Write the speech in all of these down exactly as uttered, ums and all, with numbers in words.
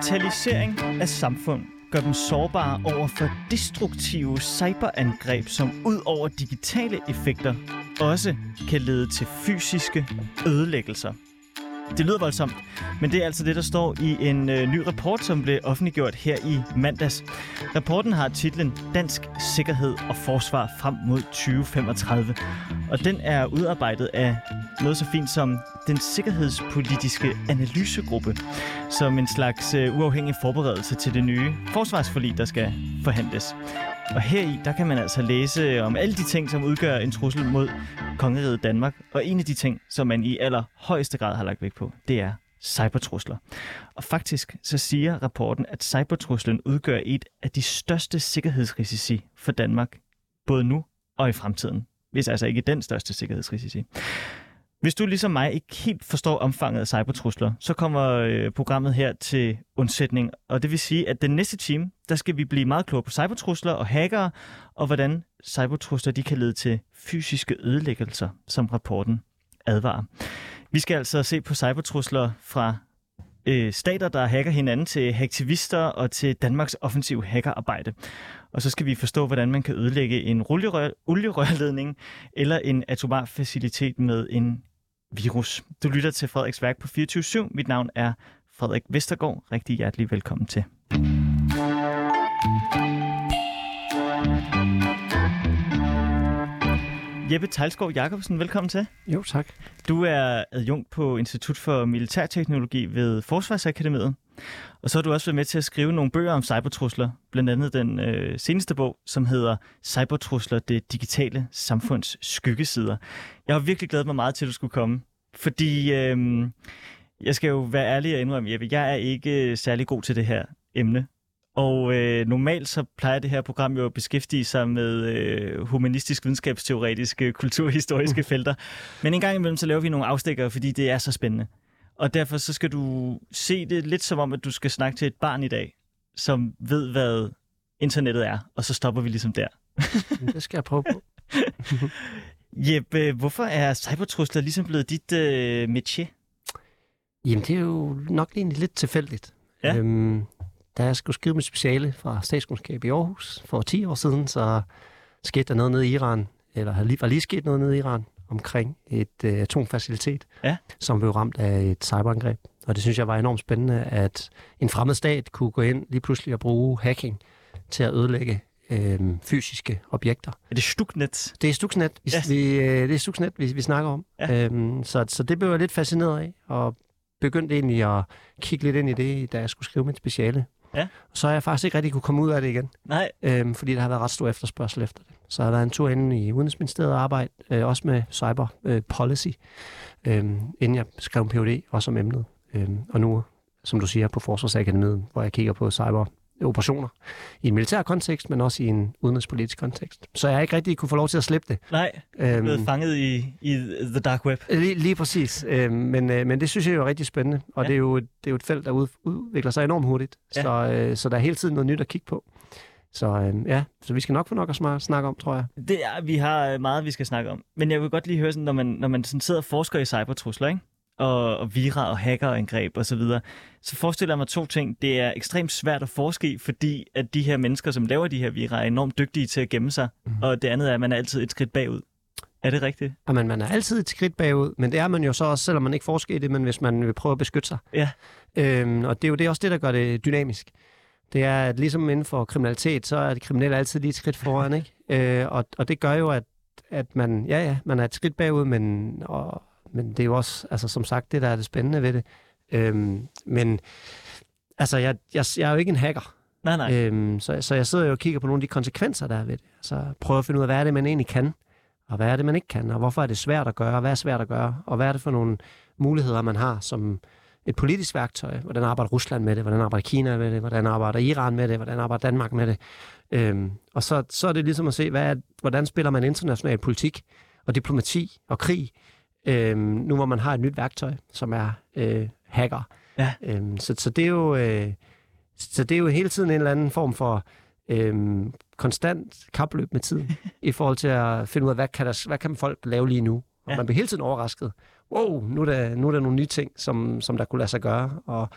Digitalisering af samfund gør dem sårbare over for destruktive cyberangreb, som ud over digitale effekter også kan lede til fysiske ødelæggelser. Det lyder voldsomt, men det er altså det, der står i en øh, ny rapport, som blev offentliggjort her i mandags. Rapporten har titlen Dansk Sikkerhed og Forsvar frem mod tyve femogtredive, og den er udarbejdet af noget så fint som den sikkerhedspolitiske analysegruppe, som en slags øh, uafhængig forberedelse til det nye forsvarsforlig, der skal forhandles. Og heri, der kan man altså læse om alle de ting, som udgør en trussel mod kongeriget Danmark. Og en af de ting, som man i allerhøjeste grad har lagt vægt på, det er cybertrusler. Og faktisk så siger rapporten, at cybertruslen udgør et af de største sikkerhedsrisici for Danmark, både nu og i fremtiden. Hvis altså ikke den største sikkerhedsrisici. Hvis du ligesom mig ikke helt forstår omfanget af cybertrusler, så kommer øh, programmet her til undsætning. Og det vil sige, at den næste time, der skal vi blive meget klogere på cybertrusler og hackere, og hvordan cybertrusler de kan lede til fysiske ødelæggelser, som rapporten advarer. Vi skal altså se på cybertrusler fra øh, stater, der hacker hinanden, til hacktivister og til Danmarks offensiv hackerarbejde. Og så skal vi forstå, hvordan man kan ødelægge en olierør, olierørledning eller en atomar facilitet med en virus. Du lytter til Frederiks Værk på fireogtyve syv. Mit navn er Frederik Vestergaard. Rigtig hjertelig velkommen til. Jeppe Teilsgaard Jacobsen, velkommen til. Jo, tak. Du er adjunkt på Institut for Militærteknologi ved Forsvarsakademiet. Og så har du også været med til at skrive nogle bøger om cybertrusler, blandt andet den øh, seneste bog, som hedder Cybertrusler, det digitale samfunds skyggesider. Jeg har virkelig glædet mig meget til, at du skulle komme, fordi øh, jeg skal jo være ærlig og indrømme, Jeppe, jeg er ikke særlig god til det her emne. Og øh, normalt så plejer det her program jo at beskæftige sig med øh, humanistisk, videnskabsteoretiske, kulturhistoriske felter. Men en gang imellem så laver vi nogle afstikkere, fordi det er så spændende. Og derfor så skal du se det lidt som om, at du skal snakke til et barn i dag, som ved, hvad internettet er, og så stopper vi ligesom der. Det skal jeg prøve på. Jeppe, hvorfor er cybertrusler ligesom blevet dit øh, métier? Jamen, det er jo nok egentlig lidt tilfældigt. Ja. Øhm, da jeg skulle skrive mit speciale fra statskundskab i Aarhus for ti år siden, så skete der noget nede i Iran, eller var lige sket noget nede i Iran, omkring et øh, atomfacilitet, ja. som blev ramt af et cyberangreb. Og det synes jeg var enormt spændende, at en fremmed stat kunne gå ind lige pludselig og bruge hacking til at ødelægge øh, fysiske objekter. Er det Stuxnet? Det er Stuxnet, vi, yes. vi, øh, det er Stuxnet, vi, vi snakker om. Ja. Øhm, så, så det blev jeg lidt fascineret af, og begyndte egentlig at kigge lidt ind i det, da jeg skulle skrive mit speciale. Ja. Så har jeg faktisk ikke rigtig kunne komme ud af det igen. Nej. Øhm, fordi der har været ret stor efterspørgsel efter det. Så har jeg været en tur inde i Udenrigsministeriet og arbejde, øh, også med cyber øh, policy, øh, inden jeg skrev en P H D, også om emnet. Øh, og nu, som du siger, på Forsvarsakademiet, hvor jeg kigger på cyberoperationer i en militær kontekst, men også i en udenrigspolitisk kontekst. Så jeg har ikke rigtig kunne få lov til at slippe det. Nej, du er blevet fanget i, i the dark web. Lige, lige præcis. Øh, men, øh, men det synes jeg jo er rigtig spændende, og ja. det, er jo, det er jo et felt, der ud, udvikler sig enormt hurtigt. Ja. Så, øh, så der er hele tiden noget nyt at kigge på. Så øh, ja, så vi skal nok få nok at snakke om, tror jeg. Det er, vi har meget, vi skal snakke om. Men jeg vil godt lige høre, sådan, når man, når man sådan sidder og forsker i cybertrusler, ikke? Og, og vira og hackerangreb og så videre, så forestiller jeg mig to ting. Det er ekstremt svært at forske i, fordi at de her mennesker, som laver de her vira, er enormt dygtige til at gemme sig. Mm-hmm. Og det andet er, at man er altid et skridt bagud. Er det rigtigt? Jamen, man er altid et skridt bagud, men det er man jo så også, selvom man ikke forsker i det, men hvis man vil prøve at beskytte sig. Ja. Øhm, og det er jo det også det, der gør det dynamisk. Det er, at ligesom inden for kriminalitet, så er det kriminelle altid lige et skridt foran, ikke? Øh, og, og det gør jo, at, at man, ja, ja, man er et skridt bagud, men, og, men det er jo også, altså som sagt, det der er det spændende ved det. Øhm, men altså, jeg, jeg, jeg er jo ikke en hacker. Nej, nej. Øhm, så, så jeg sidder jo og kigger på nogle af de konsekvenser, der er ved det. Altså prøver at finde ud af, hvad er det, man egentlig kan, og hvad er det, man ikke kan, og hvorfor er det svært at gøre, og hvad er svært at gøre, og hvad er det for nogle muligheder, man har som et politisk værktøj. Hvordan arbejder Rusland med det? Hvordan arbejder Kina med det? Hvordan arbejder Iran med det? Hvordan arbejder Danmark med det? Øhm, og så, så er det ligesom at se, hvad er, hvordan spiller man international politik og diplomati og krig, øhm, nu hvor man har et nyt værktøj, som er øh, hacker. Ja. Øhm, så, så, det er jo, øh, så det er jo hele tiden en eller anden form for øh, konstant kapløb med tiden, i forhold til at finde ud af, hvad kan, der, hvad kan folk lave lige nu? Og ja. Man bliver hele tiden overrasket. Wow, nu er der, nu er der nogle nye ting, som, som der kunne lade sig gøre. Og,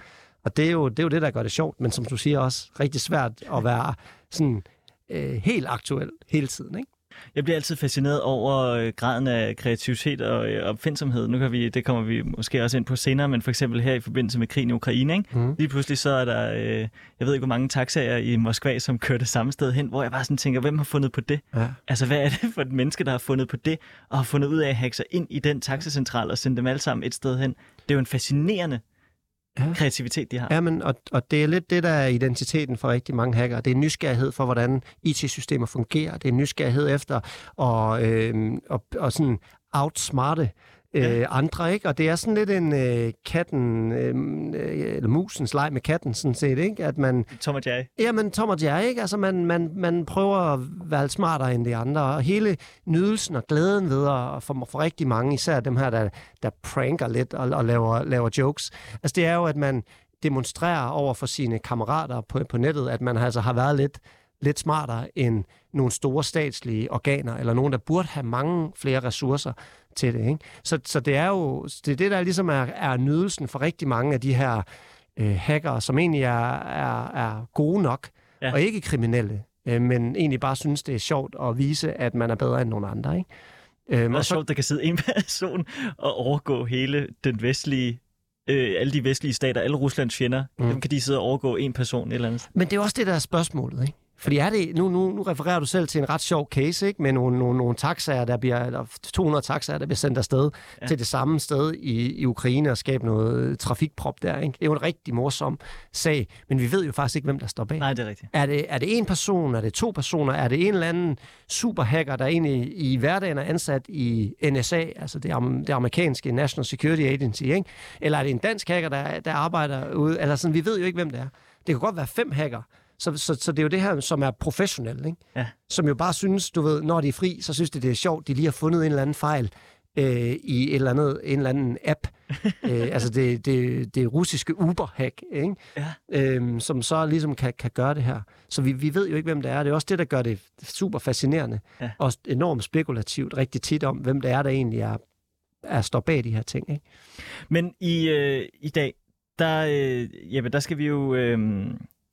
Og det er, jo, det er jo det, der gør det sjovt, men som du siger også, rigtig svært at være sådan øh, helt aktuel hele tiden, ikke? Jeg bliver altid fascineret over øh, graden af kreativitet og øh, opfindsomhed. Nu kan vi, det kommer vi måske også ind på senere, men for eksempel her i forbindelse med krigen i Ukraine, ikke? Mm. Lige pludselig så er der, øh, jeg ved ikke hvor mange taxaer i Moskva, som kører det samme sted hen, hvor jeg bare sådan tænker, hvem har fundet på det? Ja. Altså hvad er det for et menneske, der har fundet på det, og har fundet ud af at hacke sig ind i den taxacentral og sende dem alle sammen et sted hen? Det er jo en fascinerende ja. kreativitet, de har. Ja, men, og, og det er lidt det, der er identiteten for rigtig mange hackere. Det er en nysgerrighed for, hvordan I T-systemer fungerer. Det er en nysgerrighed efter at øh, og, og sådan outsmarte øh, ja. andre, ikke? Og det er sådan lidt en øh, katten, øh, eller musens leg med katten, sådan set, ikke? At man... Tom og Jerry. Ja, men Tom og Jerry, ikke? Altså, man, man, man prøver at være lidt smartere end de andre, og hele nydelsen og glæden ved at, for, for rigtig mange, især dem her, der, der pranker lidt og, og laver, laver jokes, altså det er jo, at man demonstrerer over for sine kammerater på, på nettet, at man altså har været lidt lidt smartere end nogle store statslige organer, eller nogen, der burde have mange flere ressourcer til det, ikke? Så, så det er jo det, er det der ligesom er, er nydelsen for rigtig mange af de her øh, hackere, som egentlig er, er, er gode nok, ja. og ikke kriminelle, øh, men egentlig bare synes, det er sjovt at vise, at man er bedre end nogen andre, ikke? Øhm, det er sjovt, der kan sidde en person og overgå hele den vestlige Øh, alle de vestlige stater, alle Ruslands fjender, mm. dem kan de sidde og overgå en person et eller andet. Men det er også det, der er spørgsmålet, ikke? Fordi er det, nu, nu, nu refererer du selv til en ret sjov case, ikke? Med nogle, nogle, nogle taxaer, der bliver, eller to hundrede taxaer, der bliver sendt afsted ja. til det samme sted i, i Ukraine og skabe noget trafikprop der, ikke? Det er jo en rigtig morsom sag, men vi ved jo faktisk ikke, hvem der står bag. Nej, det er rigtigt. Er det, er det en person, er det to personer, er det en eller anden superhacker, der egentlig i hverdagen er ansat i N S A, altså det, det amerikanske National Security Agency, ikke? Eller er det en dansk hacker, der, der arbejder ude, eller sådan, vi ved jo ikke, hvem det er. Det kan godt være fem hacker. Så, så, så det er jo det her, som er professionelt, ikke? Ja. Som jo bare synes, du ved, når de er fri, så synes de, det er sjovt, de lige har fundet en eller anden fejl øh, i et eller andet, en eller anden app. øh, altså det, det, det russiske Uber-hack, ikke? Ja. Øhm, som så ligesom kan, kan gøre det her. Så vi, vi ved jo ikke, hvem det er. Det er også det, der gør det super fascinerende ja. og enormt spekulativt rigtig tit om, hvem det er, der egentlig er, er står bag de her ting, ikke? Men i, øh, i dag, der, øh, Jeppe, der skal vi jo... Øh...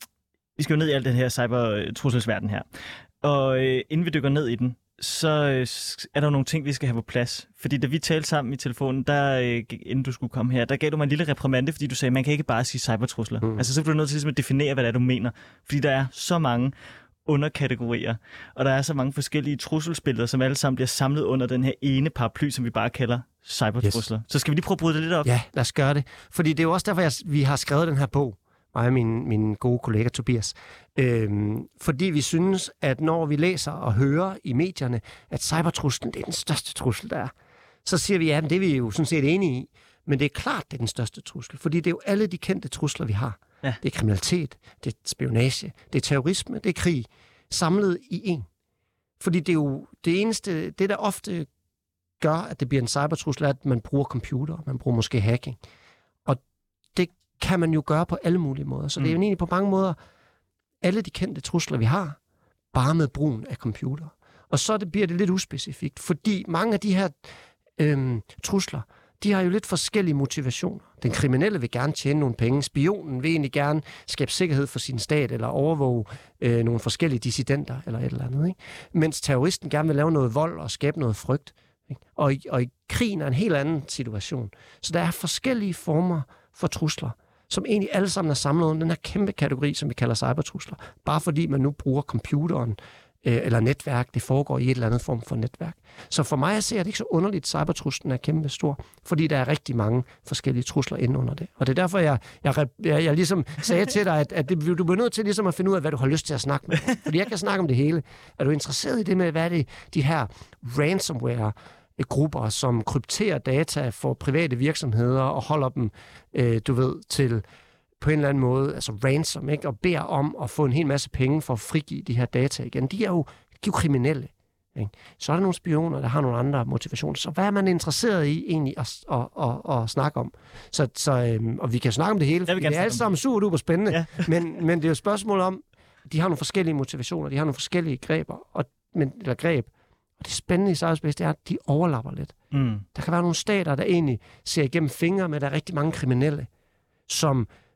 Vi skal jo ned i al den her cybertrusselsverden her. Og øh, inden vi dykker ned i den, så øh, er der jo nogle ting, vi skal have på plads. Fordi da vi talte sammen i telefonen, der, øh, inden du skulle komme her, der gav du mig en lille reprimande, fordi du sagde, at man kan ikke bare sige cybertrusler. Mm. Altså så bliver du nødt til ligesom, at definere, hvad det er, du mener. Fordi der er så mange underkategorier, og der er så mange forskellige trusselsbilleder, som alle sammen bliver samlet under den her ene paraply, som vi bare kalder cybertrusler. Yes. Så skal vi lige prøve at bryde det lidt op? Ja, lad os gøre det. Fordi det er jo også derfor, jeg, vi har skrevet den her bog. Mig og min, min gode kollega Tobias. Øhm, fordi vi synes, at når vi læser og hører i medierne, at cybertruslen det er den største trussel, der er, så siger vi, ja, det er vi jo sådan set enige i. Men det er klart, det er den største trussel. Fordi det er jo alle de kendte trusler, vi har. Ja. Det er kriminalitet, det er spionage, det er terrorisme, det er krig. Samlet i en. Fordi det er jo det eneste, det der ofte gør, at det bliver en cybertrussel, er, at man bruger computer, man bruger måske hacking. Og det kan man jo gøre på alle mulige måder. Så mm. det er jo egentlig på mange måder alle de kendte trusler, vi har, bare med brugen af computer. Og så det bliver det lidt uspecifikt, fordi mange af de her øhm, trusler, de har jo lidt forskellige motivationer. Den kriminelle vil gerne tjene nogle penge. Spionen vil egentlig gerne skabe sikkerhed for sin stat, eller overvåge øh, nogle forskellige dissidenter, eller et eller andet. Ikke? Mens terroristen gerne vil lave noget vold og skabe noget frygt. Ikke? Og, i, og i krigen er en helt anden situation. Så der er forskellige former for trusler, som egentlig alle sammen er samlet under den her kæmpe kategori, som vi kalder cybertrusler. Bare fordi man nu bruger computeren øh, eller netværk, det foregår i et eller andet form for netværk. Så for mig at se, er det ikke så underligt, at cybertruslen er kæmpe stor, fordi der er rigtig mange forskellige trusler inde under det. Og det er derfor, jeg, jeg, jeg, jeg ligesom sagde til dig, at, at det, du bliver nødt til ligesom at finde ud af, hvad du har lyst til at snakke med. Fordi jeg kan snakke om det hele. Er du interesseret i det med, hvad er det, de her ransomware grupper, som krypterer data for private virksomheder og holder dem, øh, du ved, til på en eller anden måde, altså ransom, ikke? Og beder om at få en hel masse penge for at frigive de her data igen. De er jo, de er jo kriminelle. Ikke? Så er der nogle spioner, der har nogle andre motivationer. Så hvad er man interesseret i egentlig at, at, at, at snakke om? Så, så, øhm, og vi kan snakke om det hele, det er alt sammen super duper spændende, ja. men, men det er jo et spørgsmål om, de har nogle forskellige motivationer, de har nogle forskellige greber, og, men, eller greb. Og det spændende i cyberspace, det er, at de overlapper lidt. Mm. Der kan være nogle stater, der egentlig ser igennem fingre med, at der er rigtig mange kriminelle, som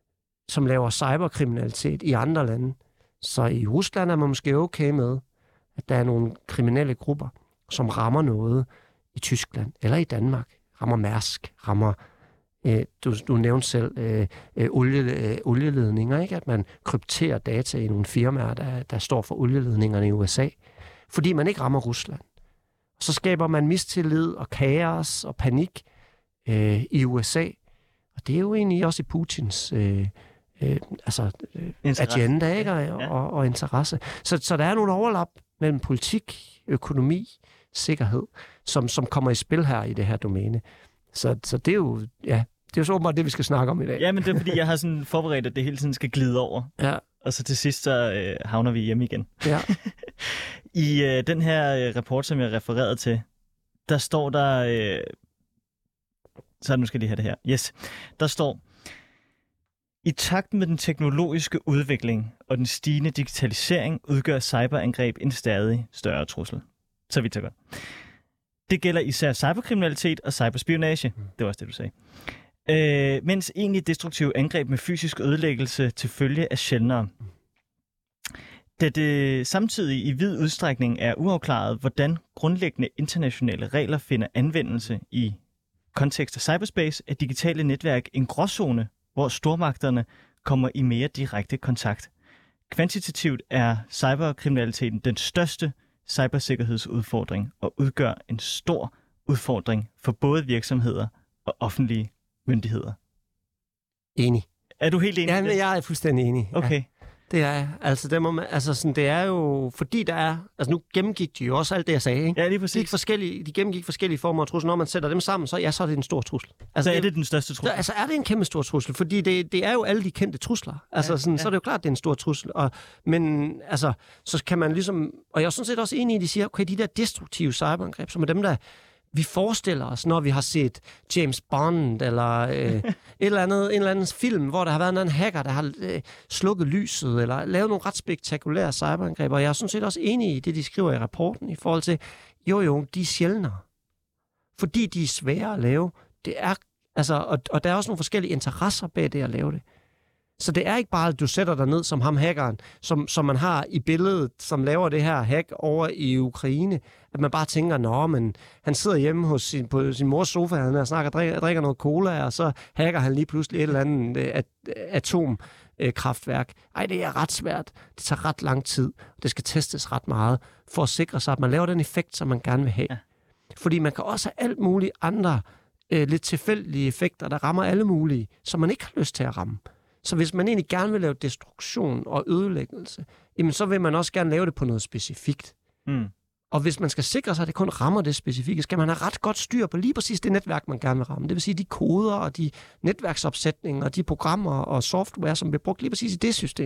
som laver cyberkriminalitet i andre lande. Så i Rusland er man måske okay med, at der er nogle kriminelle grupper, som rammer noget i Tyskland eller i Danmark. Rammer Mærsk, rammer, øh, du, du nævnte selv, øh, øh, olie, øh, olieledninger, ikke? At man krypterer data i nogle firmaer, der, der står for olieledningerne i U S A, fordi man ikke rammer Rusland. Så skaber man mistillid og kaos og panik øh, i U S A, og det er jo egentlig også i Putins øh, øh, altså, øh, agenda, ikke? Og, ja. og, og interesse. Så, så der er nogle overlap mellem politik, økonomi, sikkerhed, som, som kommer i spil her i det her domæne. Så, så det er jo, ja, det er jo så åbenbart det, vi skal snakke om i dag. Ja, men det er fordi, jeg har sådan forberedt, at det hele tiden skal glide over. Ja. Og så til sidst, så øh, havner vi hjemme igen. Ja. I øh, den her øh, rapport, som jeg refererede til, der står der... Øh, så nu skal jeg lige have det her. Yes. Der står... I takt med den teknologiske udvikling og den stigende digitalisering udgør cyberangreb en stadig større trussel. Så vidt så godt. Det gælder især cyberkriminalitet og cyberspionage. Det var også det, du sagde. Øh, mens egentlig destruktive angreb med fysisk ødelæggelse til følge er sjældnere. Da det samtidig i vid udstrækning er uafklaret, hvordan grundlæggende internationale regler finder anvendelse i kontekst af cyberspace, er digitale netværk en gråzone, hvor stormagterne kommer i mere direkte kontakt. Kvantitativt er cyberkriminaliteten den største cybersikkerhedsudfordring og udgør en stor udfordring for både virksomheder og offentlige myndigheder. Enig. Er du helt enig? Ja, men jeg er fuldstændig enig. Okay. Ja. Det er, altså, det, må man, altså sådan, det er jo, fordi der er, altså nu gennemgik de jo også alt det, jeg sagde, ikke? Ja, lige præcis. De, forskellige, de gennemgik forskellige former af trusler. Når man sætter dem sammen, så, ja, så er det en stor trussel. Altså, så er det den største trussel? Så, altså er det en kæmpe stor trussel, fordi det, det er jo alle de kendte trusler. Altså, sådan, ja, ja. Så er det jo klart, det er en stor trussel. Og, men altså, så kan man ligesom, og jeg er sådan set også enig i, at de siger, okay, de der destruktive cyberangreb, som er dem, der vi forestiller os, når vi har set James Bond eller øh, et eller andet, en eller anden film, hvor der har været en hacker, der har øh, slukket lyset, eller lavet nogle ret spektakulære cyberangreb. Og jeg er sådan set også enig i det, de skriver i rapporten, i forhold til, jo jo, de er sjældnere. Fordi de er svære at lave. Det er, altså, og, og der er også nogle forskellige interesser bag det at lave det. Så det er ikke bare, at du sætter dig ned som ham hackeren, som, som man har i billedet, som laver det her hack over i Ukraine, at man bare tænker, nå, men han sidder hjemme hos sin, på sin mors sofa, han er snakker, drikker, drikker noget cola, og så hacker han lige pludselig et eller andet at, atomkraftværk. Ej, det er ret svært. Det tager ret lang tid. Det skal testes ret meget, for at sikre sig, at man laver den effekt, som man gerne vil have. Ja. Fordi man kan også have alt muligt andre øh, lidt tilfældige effekter, der rammer alle mulige, som man ikke har lyst til at ramme. Så hvis man egentlig gerne vil lave destruktion og ødelæggelse, jamen så vil man også gerne lave det på noget specifikt. Mm. Og hvis man skal sikre sig, at det kun rammer det specifikke, skal man have ret godt styr på lige præcis det netværk, man gerne vil ramme. Det vil sige de koder og de netværksopsætninger og de programmer og software, som bliver brugt lige præcis i det system.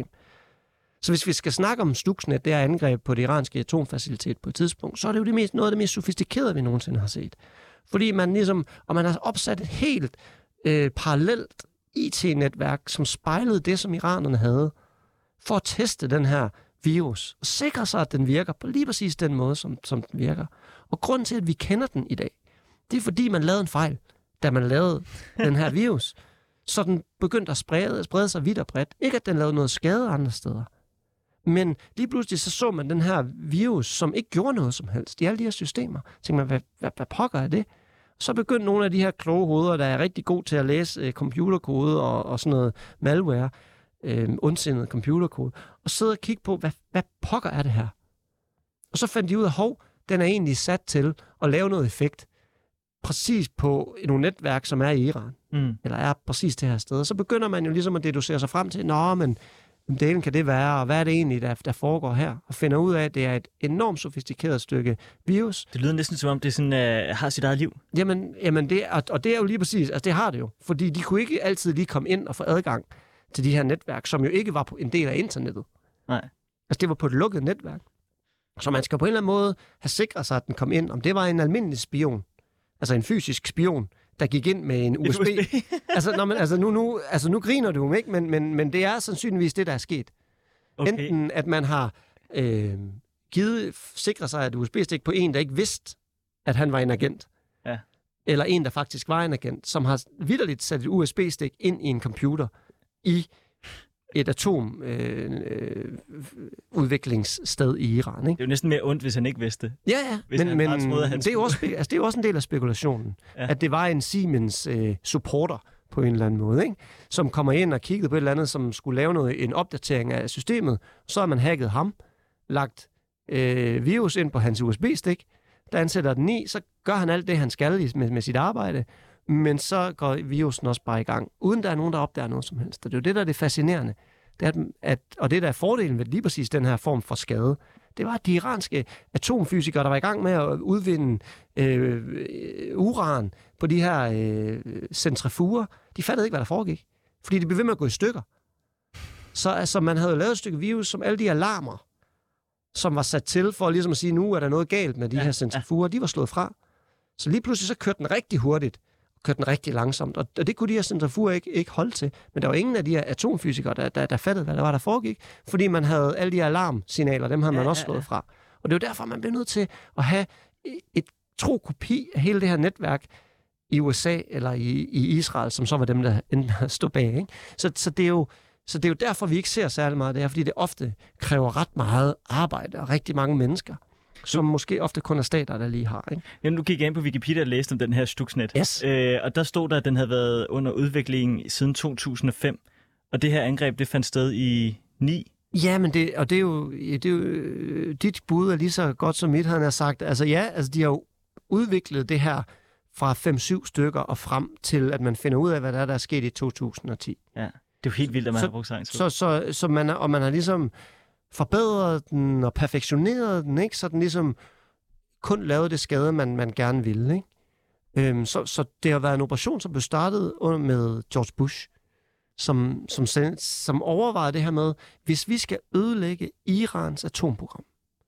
Så hvis vi skal snakke om Stuxnet, det er angreb på det iranske atomfacilitet på et tidspunkt, så er det jo det mest, noget af det mest sofistikerede, vi nogensinde har set. Fordi man ligesom, og man har opsat et helt øh, parallelt I T-netværk, som spejlede det, som iranerne havde, for at teste den her virus, og sikre sig, at den virker på lige præcis den måde, som, som den virker. Og grunden til, at vi kender den i dag, det er, fordi man lavede en fejl, da man lavede den her virus, så den begyndte at sprede, sprede sig vidt og bredt. Ikke, at den lavede noget skade andre steder. Men lige pludselig så så man den her virus, som ikke gjorde noget som helst i alle de her systemer. Så tænkte man, hvad, hvad, hvad pokker er det? Så begyndte nogle af de her kloge hoveder, der er rigtig gode til at læse øh, computerkode og, og sådan noget malware, øh, ondsindet computerkode, og sidde og kigge på, hvad, hvad pokker er det her? Og så fandt de ud af, hov, den er egentlig sat til at lave noget effekt, præcis på nogle netværk, som er i Iran, mm. eller er præcis det her sted. Og så begynder man jo ligesom at deducere sig frem til, nå, men delen kan det være, og hvad er det egentlig, der, der foregår her? Og finder ud af, at det er et enormt sofistikeret stykke virus. Det lyder næsten som om, det sådan, uh, har sit eget liv. Jamen, jamen det, og, og det er jo lige præcis, altså det har det jo. Fordi de kunne ikke altid lige komme ind og få adgang til de her netværk, som jo ikke var på en del af internettet. Nej. Altså det var på et lukket netværk. Så man skal på en eller anden måde have sikret sig, at den kom ind. Om det var en almindelig spion, altså en fysisk spion, der gik ind med en U S B. altså, når man, altså, nu, nu, altså nu griner du ikke, men, men, men det er sandsynligvis det, der er sket. Okay. Enten at man har øh, givet, sikret sig et U S B-stik på en, der ikke vidste, at han var en agent. Ja. Eller en, der faktisk var en agent, som har vitterligt sat et U S B-stik ind i en computer i et atomudviklingssted øh, i Iran. Ikke? Det er jo næsten mere ondt, hvis han ikke vidste det. Ja, ja, men, men troede, det, er jo også, altså, det er jo også en del af spekulationen, ja. At det var en Siemens øh, supporter på en eller anden måde, ikke? Som kommer ind og kiggede på et eller andet, som skulle lave noget, en opdatering af systemet. Så har man hacket ham, lagt øh, virus ind på hans U S B-stik, der ansætter den i, så gør han alt det, han skal med, med sit arbejde, men så går virusen også bare i gang, uden der er nogen, der opdager noget som helst. Og det er jo det, der er det fascinerende. Det er, at, og det, der er fordelen ved lige præcis den her form for skade, det var, at de iranske atomfysikere, der var i gang med at udvinde øh, uran på de her øh, centrifuger, de fattede ikke, hvad der foregik. Fordi de blev ved med at gå i stykker. Så altså, man havde lavet et stykke virus, som alle de alarmer, som var sat til for ligesom at sige, nu er der noget galt med de ja, her centrifuger, ja. De var slået fra. Så lige pludselig så kørte den rigtig hurtigt, og kørte den rigtig langsomt, og det kunne de her centrifuger ikke, ikke holde til. Men der var ingen af de her atomfysikere, der, der, der fattede, hvad der var, der foregik, fordi man havde alle de her alarmsignaler, dem havde man ja, også slået ja, ja. fra. Og det er jo derfor, man bliver nødt til at have et tro kopi af hele det her netværk i U S A eller i, i Israel, som så var dem, der stod bag. Ikke? Så, så det er jo Så det er jo derfor, vi ikke ser særlig meget af det her, fordi det ofte kræver ret meget arbejde og rigtig mange mennesker, som måske ofte kun er stater, der lige har. Ikke? Ja, nu gik jeg ind på Wikipedia og læste om den her Stuxnet. Yes. Øh, og der stod der, at den havde været under udvikling siden to tusind og fem. Og det her angreb, det fandt sted i ni. Ja, men det, og det er, jo, det er jo... Dit bud er lige så godt som mit, han har sagt. Altså ja, altså de har jo udviklet det her fra fem syv stykker og frem til, at man finder ud af, hvad der er, der er sket i to tusind og ti. Ja. Det er jo helt vildt, at man så, har brugt så, så, så, så man, og man har ligesom forbedret den og perfektioneret den, ikke? Så den ligesom kun lavede det skade, man, man gerne ville. Ikke? Øhm, så, så det har været en operation, som blev startet under med George Bush, som, som, som overvejede det her med, hvis vi skal ødelægge Irans atomprogram,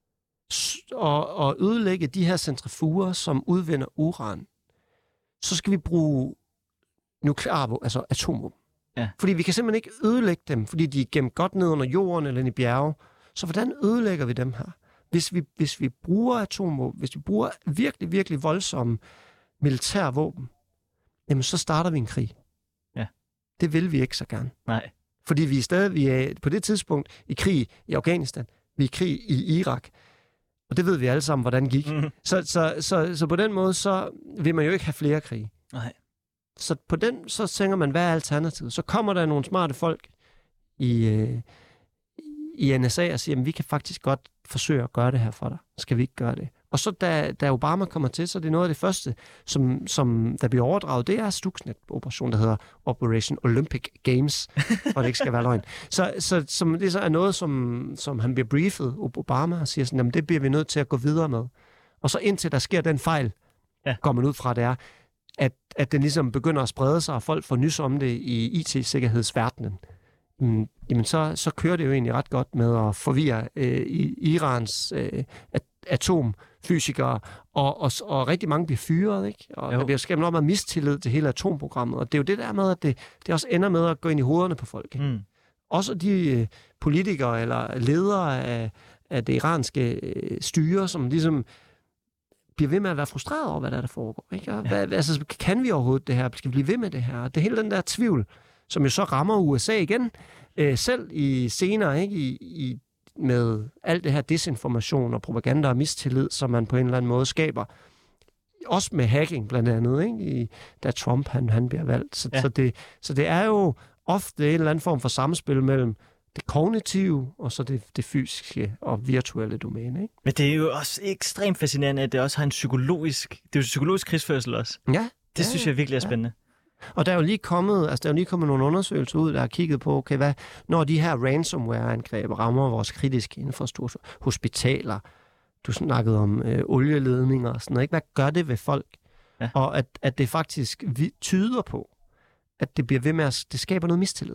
og, og ødelægge de her centrifuger, som udvinder uran, så skal vi bruge nuklear, altså atomvåben. Ja. Fordi vi kan simpelthen ikke ødelægge dem, fordi de er gemt godt ned under jorden eller i bjerge. Så hvordan ødelægger vi dem her? Hvis vi, hvis vi bruger atomvåben, hvis vi bruger virkelig, virkelig voldsomme militære våben, jamen så starter vi en krig. Ja. Det vil vi ikke så gerne. Nej. Fordi vi er stadig vi er på det tidspunkt i krig i Afghanistan. Vi er i krig i Irak. Og det ved vi alle sammen, hvordan det gik. Mm-hmm. Så, så, så, så på den måde, så vil man jo ikke have flere krige. Nej. Så på den, så tænker man, hvad er alternativet? Så kommer der nogle smarte folk i, øh, i N S A og siger, at vi kan faktisk godt forsøge at gøre det her for dig. Skal vi ikke gøre det? Og så da, da Obama kommer til, så er det noget af det første, som, som der bliver overdraget, det er Stuxnet-operation, der hedder Operation Olympic Games, for det ikke skal være løgn. Så, så som det så er noget, som, som han bliver briefet, Obama, og siger sådan, jamen det bliver vi nødt til at gå videre med. Og så indtil der sker den fejl, ja. går man ud fra, det er, At, at den ligesom begynder at sprede sig, og folk får nys om det i I T-sikkerhedsverdenen, mm, jamen så, så kører det jo egentlig ret godt med at forvirre øh, Irans øh, atomfysikere, og, og, og rigtig mange bliver fyret, ikke? Og jo. Der bliver skabt noget meget mistillid til hele atomprogrammet, og det er jo det der med, at det, det også ender med at gå ind i hovederne på folk. Ikke? Mm. Også de øh, politikere eller ledere af, af det iranske øh, styre, som ligesom bliver ved med at være frustreret over, hvad der, er, der foregår. Ikke? Og hvad, altså, kan vi overhovedet det her? Skal vi blive ved med det her? Det er hele den der tvivl, som jo så rammer U S A igen, øh, selv i senere, ikke? I, i, med alt det her desinformation og propaganda og mistillid, som man på en eller anden måde skaber. Også med hacking blandt andet, ikke? I, da Trump han, han bliver valgt. Så, ja. så, det, så det er jo ofte en eller anden form for samspil mellem det kognitive, og så det, det fysiske og virtuelle domæne. Ikke? Men det er jo også ekstremt fascinerende, at det også har en psykologisk... Det er jo psykologisk krigsførsel også. Ja. Det ja, synes jeg virkelig er spændende. Ja. Og der er jo lige kommet, altså der er jo lige kommet nogle undersøgelser ud, der har kigget på, okay, hvad, når de her ransomware-angreb rammer vores kritiske infrastruktur, hospitaler, du snakkede om øh, olieledninger og sådan noget, ikke? Hvad gør det ved folk? Ja. Og at, at det faktisk vi, tyder på, at det bliver ved med at... Det skaber noget mistillid.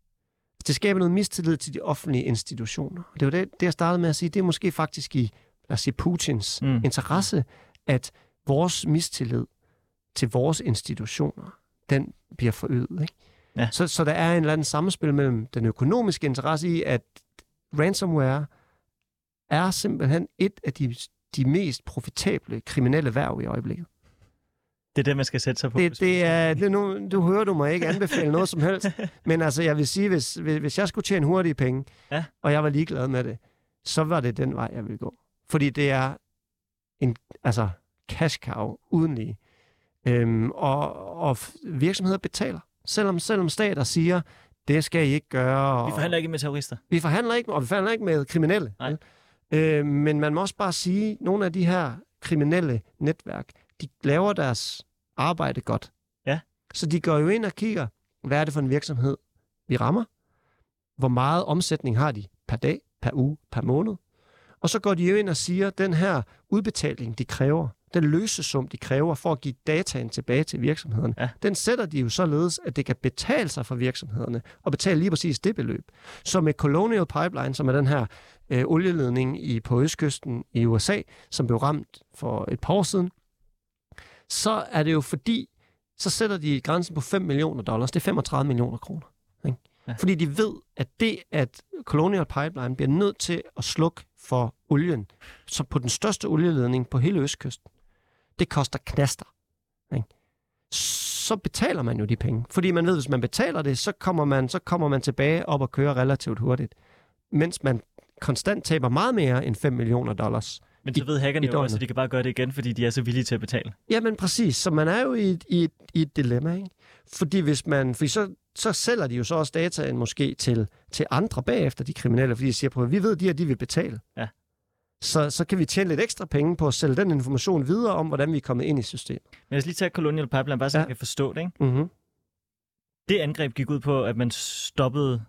Det skaber noget mistillid til de offentlige institutioner. Og det var det, det, jeg startede med at sige, det er måske faktisk i, lad os sige, Putins mm. interesse, at vores mistillid til vores institutioner, den bliver forøget. Ikke? Ja. Så, så der er en eller anden samspil mellem den økonomiske interesse i, at ransomware er simpelthen et af de, de mest profitable kriminelle værv i øjeblikket. Det er det, man skal sætte sig på. Det, det er, det er nu, du hører du mig ikke anbefale noget som helst. Men altså, jeg vil sige, hvis, hvis jeg skulle tjene hurtige penge, ja. og jeg var ligeglad med det, så var det den vej, jeg ville gå. Fordi det er en altså, cash cow uden lige. Øhm, og, og virksomheder betaler. Selvom, selvom stater siger, det skal I ikke gøre. Og vi forhandler ikke med terrorister. Vi forhandler ikke, og vi forhandler ikke med kriminelle. Øh, men man må også bare sige, at nogle af de her kriminelle netværk, de laver deres arbejde godt. Ja. Så de går jo ind og kigger, hvad er det for en virksomhed, vi rammer? Hvor meget omsætning har de per dag, per uge, per måned? Og så går de jo ind og siger, at den her udbetaling, de kræver, den løsesum, de kræver for at give dataen tilbage til virksomhederne, ja. den sætter de jo således, at det kan betale sig for virksomhederne og betale lige præcis det beløb. Så med Colonial Pipeline, som er den her øh, olieledning i, på østkysten i U S A, som blev ramt for et par år siden, så er det jo fordi, så sætter de grænsen på fem millioner dollars. Det er femogtredive millioner kroner. Ikke? Ja. Fordi de ved, at det, at Colonial Pipeline bliver nødt til at slukke for olien, så på den største olieledning på hele østkysten, det koster knaster. Ikke? Så betaler man jo de penge. Fordi man ved, hvis man betaler det, så kommer man, så kommer man tilbage op og kører relativt hurtigt. Mens man konstant taber meget mere end fem millioner dollars. Men så ved hackerne jo også, at de kan bare gøre det igen, fordi de er så villige til at betale. Jamen præcis. Så man er jo i et, i et, i et dilemma. Ikke? Fordi hvis man... Fordi så, så sælger de jo så også dataen måske til, til andre bagefter, de kriminelle, fordi de siger på, at vi ved, at de her, de vil betale. Ja. Så, så kan vi tjene lidt ekstra penge på at sælge den information videre om, hvordan vi er kommet ind i systemet. Men lad os lige tage Colonial Pipeline, bare så ja. man kan forstå det. Ikke? Mm-hmm. Det angreb gik ud på, at man stoppede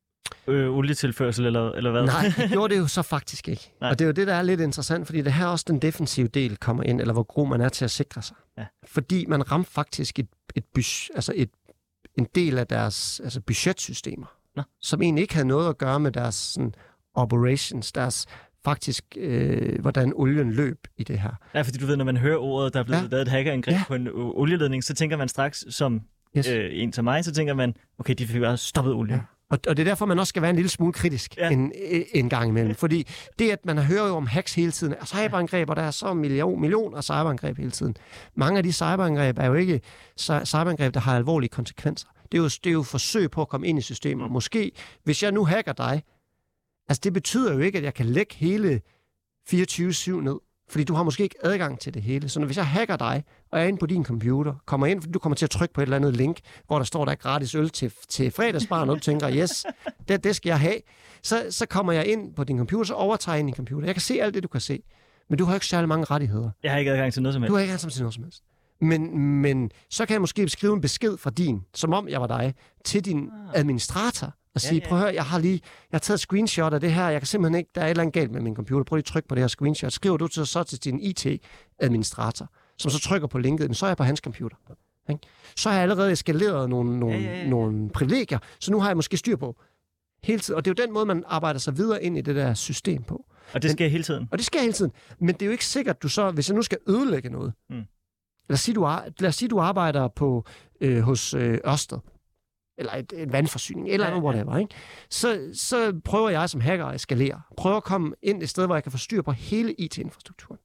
øh, olietilførsel, eller, eller hvad? Nej, det gjorde det jo så faktisk ikke. Nej. Og det er jo det, der er lidt interessant, fordi det her også den defensive del kommer ind, eller hvor god man er til at sikre sig. Ja. Fordi man ramte faktisk et, et, bus, altså et, en del af deres altså budgetsystemer, Nå. som egentlig ikke havde noget at gøre med deres sådan, operations, deres faktisk, øh, hvordan olien løb i det her. Ja, fordi du ved, når man hører ordet, der er blevet ja. lavet et hackerangreb ja. på en olieledning, så tænker man straks, som yes. øh, en til mig, så tænker man, okay, de fik bare stoppet olien. Ja. Og, og det er derfor, man også skal være en lille smule kritisk ja. en, en gang imellem. Fordi det, at man hører jo om hacks hele tiden, og cyberangreb, og der er så million, millioner cyberangreb hele tiden. Mange af de cyberangreb er jo ikke cyberangreb, der har alvorlige konsekvenser. Det er jo, det er jo forsøg på at komme ind i systemer. Måske, hvis jeg nu hacker dig, altså det betyder jo ikke, at jeg kan lægge hele fireogtyve syv ned. Fordi du har måske ikke adgang til det hele. Så når, hvis jeg hacker dig, og er inde på din computer, kommer ind, fordi du kommer til at trykke på et eller andet link, hvor der står, der er gratis øl til, til fredagsbaren, og du tænker, yes, det, det skal jeg have. Så, så kommer jeg ind på din computer, så overtager jeg ind i din computer. Jeg kan se alt det, du kan se. Men du har ikke særlig mange rettigheder. Jeg har ikke adgang til noget som helst. Du har ikke adgang til noget som helst. Men, men så kan jeg måske skrive en besked fra din, som om jeg var dig, til din administrator, og sige, ja, ja. prøv at høre, jeg har lige, jeg har taget et screenshot af det her, jeg kan simpelthen ikke, der er et eller andet galt med min computer, prøv lige at trykke på det her screenshot, skriver du til, så til din I T-administrator, som så trykker på linket, så er jeg på hans computer. Ikke? Så har jeg allerede eskaleret nogle, nogle, ja, ja, ja. nogle privilegier, så nu har jeg måske styr på hele tiden, og det er jo den måde, man arbejder sig videre ind i det der system på. Og det sker Men, hele tiden? Og det sker hele tiden, men det er jo ikke sikkert, du så, hvis jeg nu skal ødelægge noget, mm. lad os sige, du, lad os sige, du arbejder på, øh, hos øh, Ørsted, eller et, et vandforsyning, eller noget, whatever, ikke? Så, så prøver jeg som hacker at eskalere. Prøver at komme ind et sted, hvor jeg kan få styr på hele I T-infrastrukturen.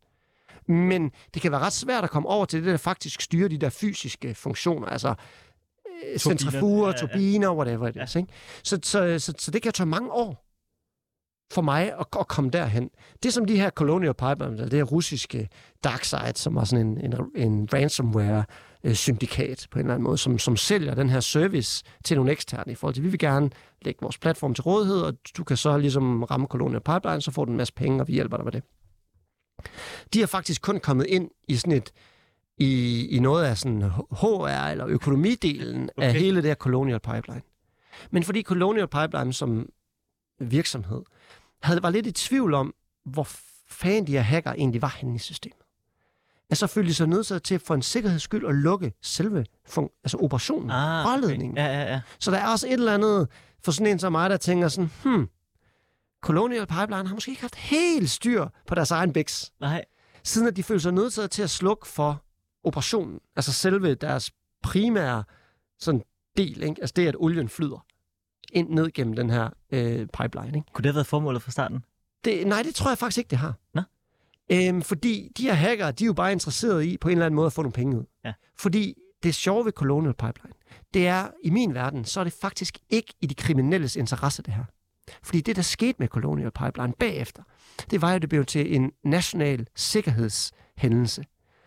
Men det kan være ret svært at komme over til det, der faktisk styrer de der fysiske funktioner, altså øh, centrifuger, ja, ja. turbiner, whatever it is, ikke? Så, så, så, så det kan tage mange år for mig at, at komme derhen. Det som de her Colonial Pipeline, det her russiske DarkSide, som var sådan en, en, en ransomware syndikat på en eller anden måde, som, som sælger den her service til nogle eksterne i forhold til, vi vil gerne lægge vores platform til rådighed, og du kan så ligesom ramme Colonial Pipeline, så får du en masse penge, og vi hjælper dig med det. De har faktisk kun kommet ind i sådan et, i, i noget af sådan H R, eller økonomidelen okay. af hele det her Colonial Pipeline. Men fordi Colonial Pipeline som virksomhed havde var lidt i tvivl om, hvor fanden de her hacker egentlig var henne i systemet. Altså følte de sig nødt til for en sikkerheds skyld at lukke selve fun- altså operationen, ah, rådledningen. Okay. Ja, ja, ja. Så der er også et eller andet for sådan en som mig, der tænker sådan, hmm, Colonial Pipeline har måske ikke haft helt styr på deres egen biks. Nej. Siden at de følte sig nødt til at slukke for operationen. Altså selve deres primære sådan del, ikke? Altså det, at olien flyder ind ned gennem den her øh, pipeline. Ikke? Kunne det have været formålet fra starten? Det, nej, det tror jeg faktisk ikke, det har. Nå? Øhm, fordi de her hackere, de er jo bare interesserede i på en eller anden måde at få nogle penge ud. Ja. Fordi det sjove ved Colonial Pipeline, det er, i min verden, så er det faktisk ikke i de kriminelles interesse, det her. Fordi det, der skete med Colonial Pipeline bagefter, det var jo, det blev til en national sikkerhedshændelse.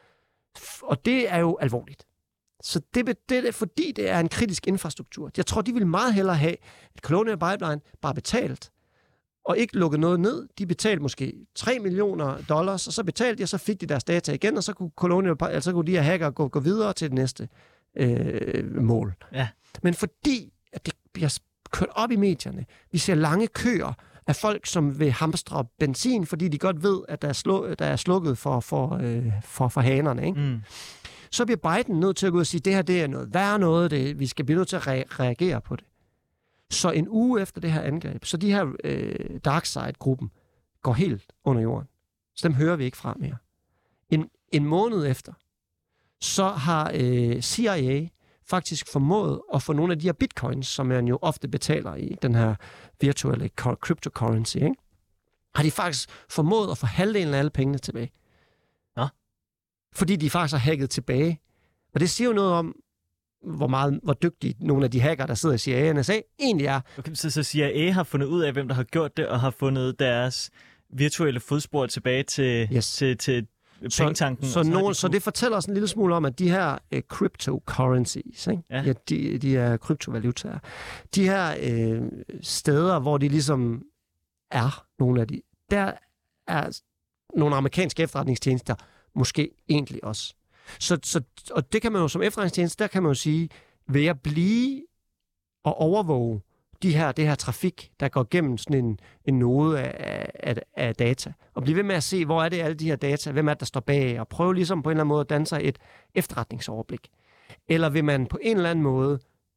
Og det er jo alvorligt. Så det, det er fordi, det er en kritisk infrastruktur. Jeg tror, de vil meget hellere have, at Colonial Pipeline bare betalt, og ikke lukket noget ned. De betalte måske tre millioner dollars, og så betalte de, og så fik de deres data igen, og så kunne, Colonial, altså kunne de her hacker gå, gå videre til det næste øh, mål. Ja. Men fordi at det bliver kørt op i medierne, vi ser lange køer af folk, som vil hamstre benzin, fordi de godt ved, at der er, slu- der er slukket for, for, øh, for, for hanerne, ikke? Mm. Så bliver Biden nødt til at gå ud og sige, at det her det er noget værre noget, det, vi skal blive nødt til at re- reagere på det. Så en uge efter det her angreb, så de her øh, Darkside-gruppen går helt under jorden. Så dem hører vi ikke fra mere. En, en måned efter, så har øh, C I A faktisk formået at få nogle af de her bitcoins, som man jo ofte betaler i den her virtuelle cryptocurrency, ikke? Har de faktisk formået at få halvdelen af alle pengene tilbage. Ja. Fordi de faktisk har hacket tilbage. Og det siger jo noget om, hvor meget, hvor dygtige nogle af de hacker, der sidder i C I A og N S A, egentlig er. Okay, så, så C I A har fundet ud af, hvem der har gjort det, og har fundet deres virtuelle fodspor tilbage til, yes. til, til pengetanken. Så, så, nogen, de så det fortæller os en lille smule om, at de her uh, cryptocurrencies, ikke? Ja. Ja, de, de er kryptovalutaer, de her uh, steder, hvor de ligesom er, nogle af de, der er nogle amerikanske efterretningstjenester måske egentlig også. Så, så, og det kan man jo som efterretningstjeneste, der kan man jo sige, vil jeg blive og overvåge de her, det her trafik, der går gennem sådan en, en node af, af, af data, og blive ved med at se, hvor er det alle de her data, hvem er det, der står bag, og prøve ligesom på en eller anden måde at danne sig et efterretningsoverblik. Eller vil man på en eller anden måde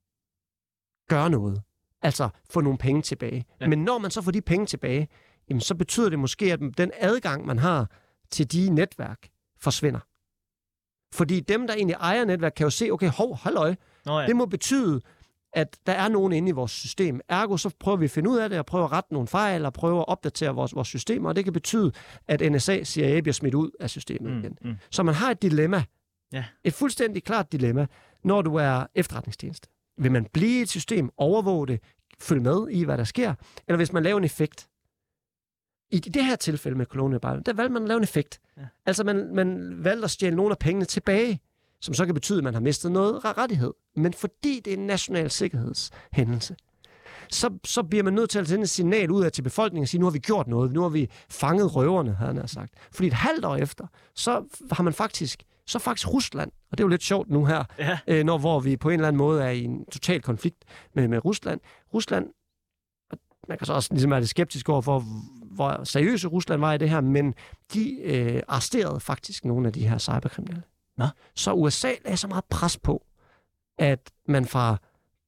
gøre noget, altså få nogle penge tilbage. Ja. Men når man så får de penge tilbage, jamen, så betyder det måske, at den adgang, man har til de netværk, forsvinder. Fordi dem, der egentlig ejer netværk, kan jo se, okay, hov, halløj, Nå, ja. Det må betyde, at der er nogen inde i vores system. Ergo, så prøver vi at finde ud af det, og prøve at rette nogle fejl, og prøve at opdatere vores, vores systemer, og det kan betyde, at N S A, C I A bliver smidt ud af systemet mm, igen. Mm. Så man har et dilemma. Ja. Et fuldstændig klart dilemma, når du er efterretningstjeneste. Vil man blive et system, overvåge det, følge med i, hvad der sker, eller hvis man laver en effekt? I det her tilfælde med Colonial Pipeline, der valgte man at lave en effekt. Ja. Altså, man, man valgte at stjæle nogle af pengene tilbage, som så kan betyde, at man har mistet noget rettighed. Men fordi det er en national sikkerhedshændelse, så, så bliver man nødt til at sende et signal ud af til befolkningen og sige, nu har vi gjort noget, nu har vi fanget røverne, havde han sagt. Fordi et halvt år efter, så har man faktisk, så faktisk Rusland, og det er jo lidt sjovt nu her, ja. øh, når hvor vi på en eller anden måde er i en total konflikt med, med Rusland. Rusland, man kan så også ligesom være lidt skeptisk over for, hvor seriøse Rusland var i det her, men de øh, arresterede faktisk nogle af de her cyberkriminelle. Nå. Så U S A lagde så meget pres på, at man fra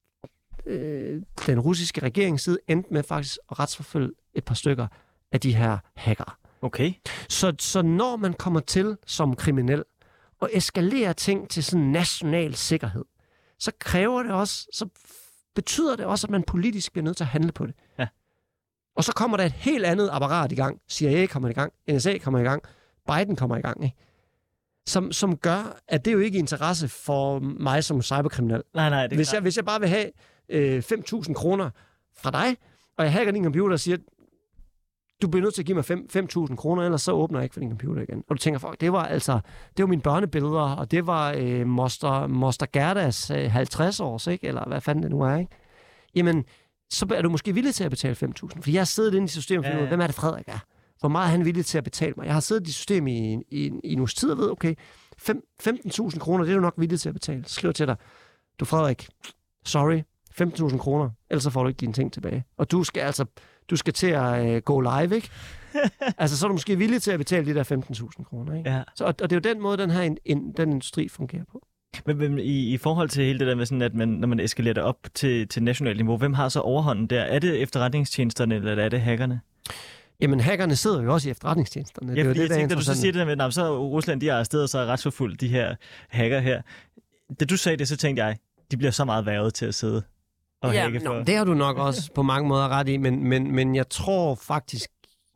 øh, den russiske regerings side endte med faktisk at retsforfølge et par stykker af de her hackere. Okay. Så, så når man kommer til som kriminel og eskalerer ting til sådan national sikkerhed, så kræver det også, så betyder det også, at man politisk bliver nødt til at handle på det. Ja. Og så kommer der et helt andet apparat i gang. C I A kommer i gang, N S A kommer i gang, Biden kommer i gang, ikke? Som, som gør, at det jo ikke er interesse for mig som cyberkriminel. Nej, nej, det er hvis jeg, hvis jeg bare vil have øh, fem tusind kroner fra dig, og jeg hacker din computer og siger, du bliver nødt til at give mig fem tusind kroner, ellers så åbner jeg ikke for din computer igen. Og du tænker, fuck, det var altså, det var mine børnebilleder, og det var øh, moster, moster Gerdas øh, halvtreds års, ikke? Eller hvad fanden det nu er, ikke? Jamen, så er du måske villig til at betale fem tusind. Fordi jeg har siddet inde i systemet og fundet ud af, hvem er det Frederik er? Hvor meget er han villig til at betale mig? Jeg har siddet i systemet i, i, i en uges tid og ved, okay, femten tusind kroner, det er du nok villig til at betale. Så skriver til dig, du Frederik, sorry, femten tusind kroner, ellers så får du ikke dine ting tilbage. Og du skal altså, du skal til at uh, gå live, ikke? Altså, så er du måske villig til at betale de der femten tusind kroner, ikke? Ja. Så, og, og det er jo den måde, den her in, in, den industri fungerer på. Men, men i, i forhold til hele det der med sådan, at man, når man eskalerer det op til, til nationalt niveau, hvem har så overhånden der? Er det efterretningstjenesterne, eller er det hackerne? Jamen, hackerne sidder jo også i efterretningstjenesterne. Ja, det er jo det, det, jeg tænkte, da du så siger det der med, nej, så Rusland, de har arresteret sig retsforfulgt, de her hacker her. Da du sagde det, så tænkte jeg, de bliver så meget værvet til at sidde og ja, hacke for. Nå, det har du nok også på mange måder ret i, men, men, men jeg tror faktisk,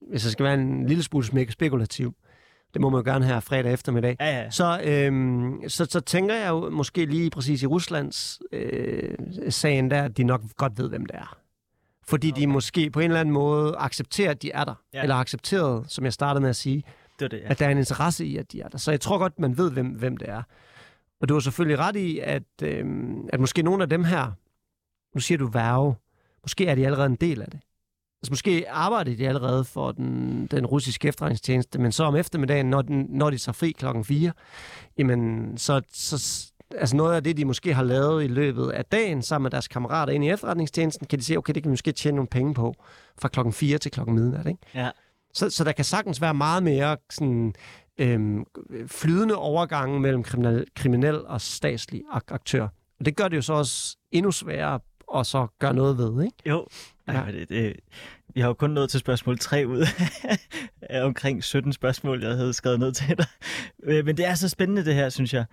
hvis jeg skal være en lille smule spekulativ, det må man jo gerne have fredag eftermiddag, Ja, ja. Så, øhm, så, så tænker jeg jo måske lige præcis i Ruslands øh, sagen der, at de nok godt ved, hvem det er. Fordi okay. de måske på en eller anden måde accepterer, at de er der. Ja. Eller accepteret, som jeg startede med at sige, det det, ja. at der er en interesse i, at de er der. Så jeg tror godt, man ved, hvem, hvem det er. Og du har selvfølgelig ret i, at, øhm, at måske nogle af dem her, nu siger du værge, måske er de allerede en del af det. Altså måske arbejder de allerede for den, den russiske efterretningstjeneste, men så om eftermiddagen, når, den, når de tager fri klokken fire, jamen så, så altså noget af det, de måske har lavet i løbet af dagen sammen med deres kammerater ind i efterretningstjenesten, kan de sige, okay, det kan vi måske tjene nogle penge på fra klokken fire til klokken midnat, ikke? Ja. Så, så der kan sagtens være meget mere sådan, øhm, flydende overgange mellem kriminel, kriminel og statslig aktør. Og det gør det jo så også endnu sværere at så gøre noget ved, ikke? Jo. Ej, det, det, vi har jo kun nået til spørgsmål tre ud af omkring sytten spørgsmål, jeg havde skrevet ned til dig. Men det er så spændende det her, synes jeg.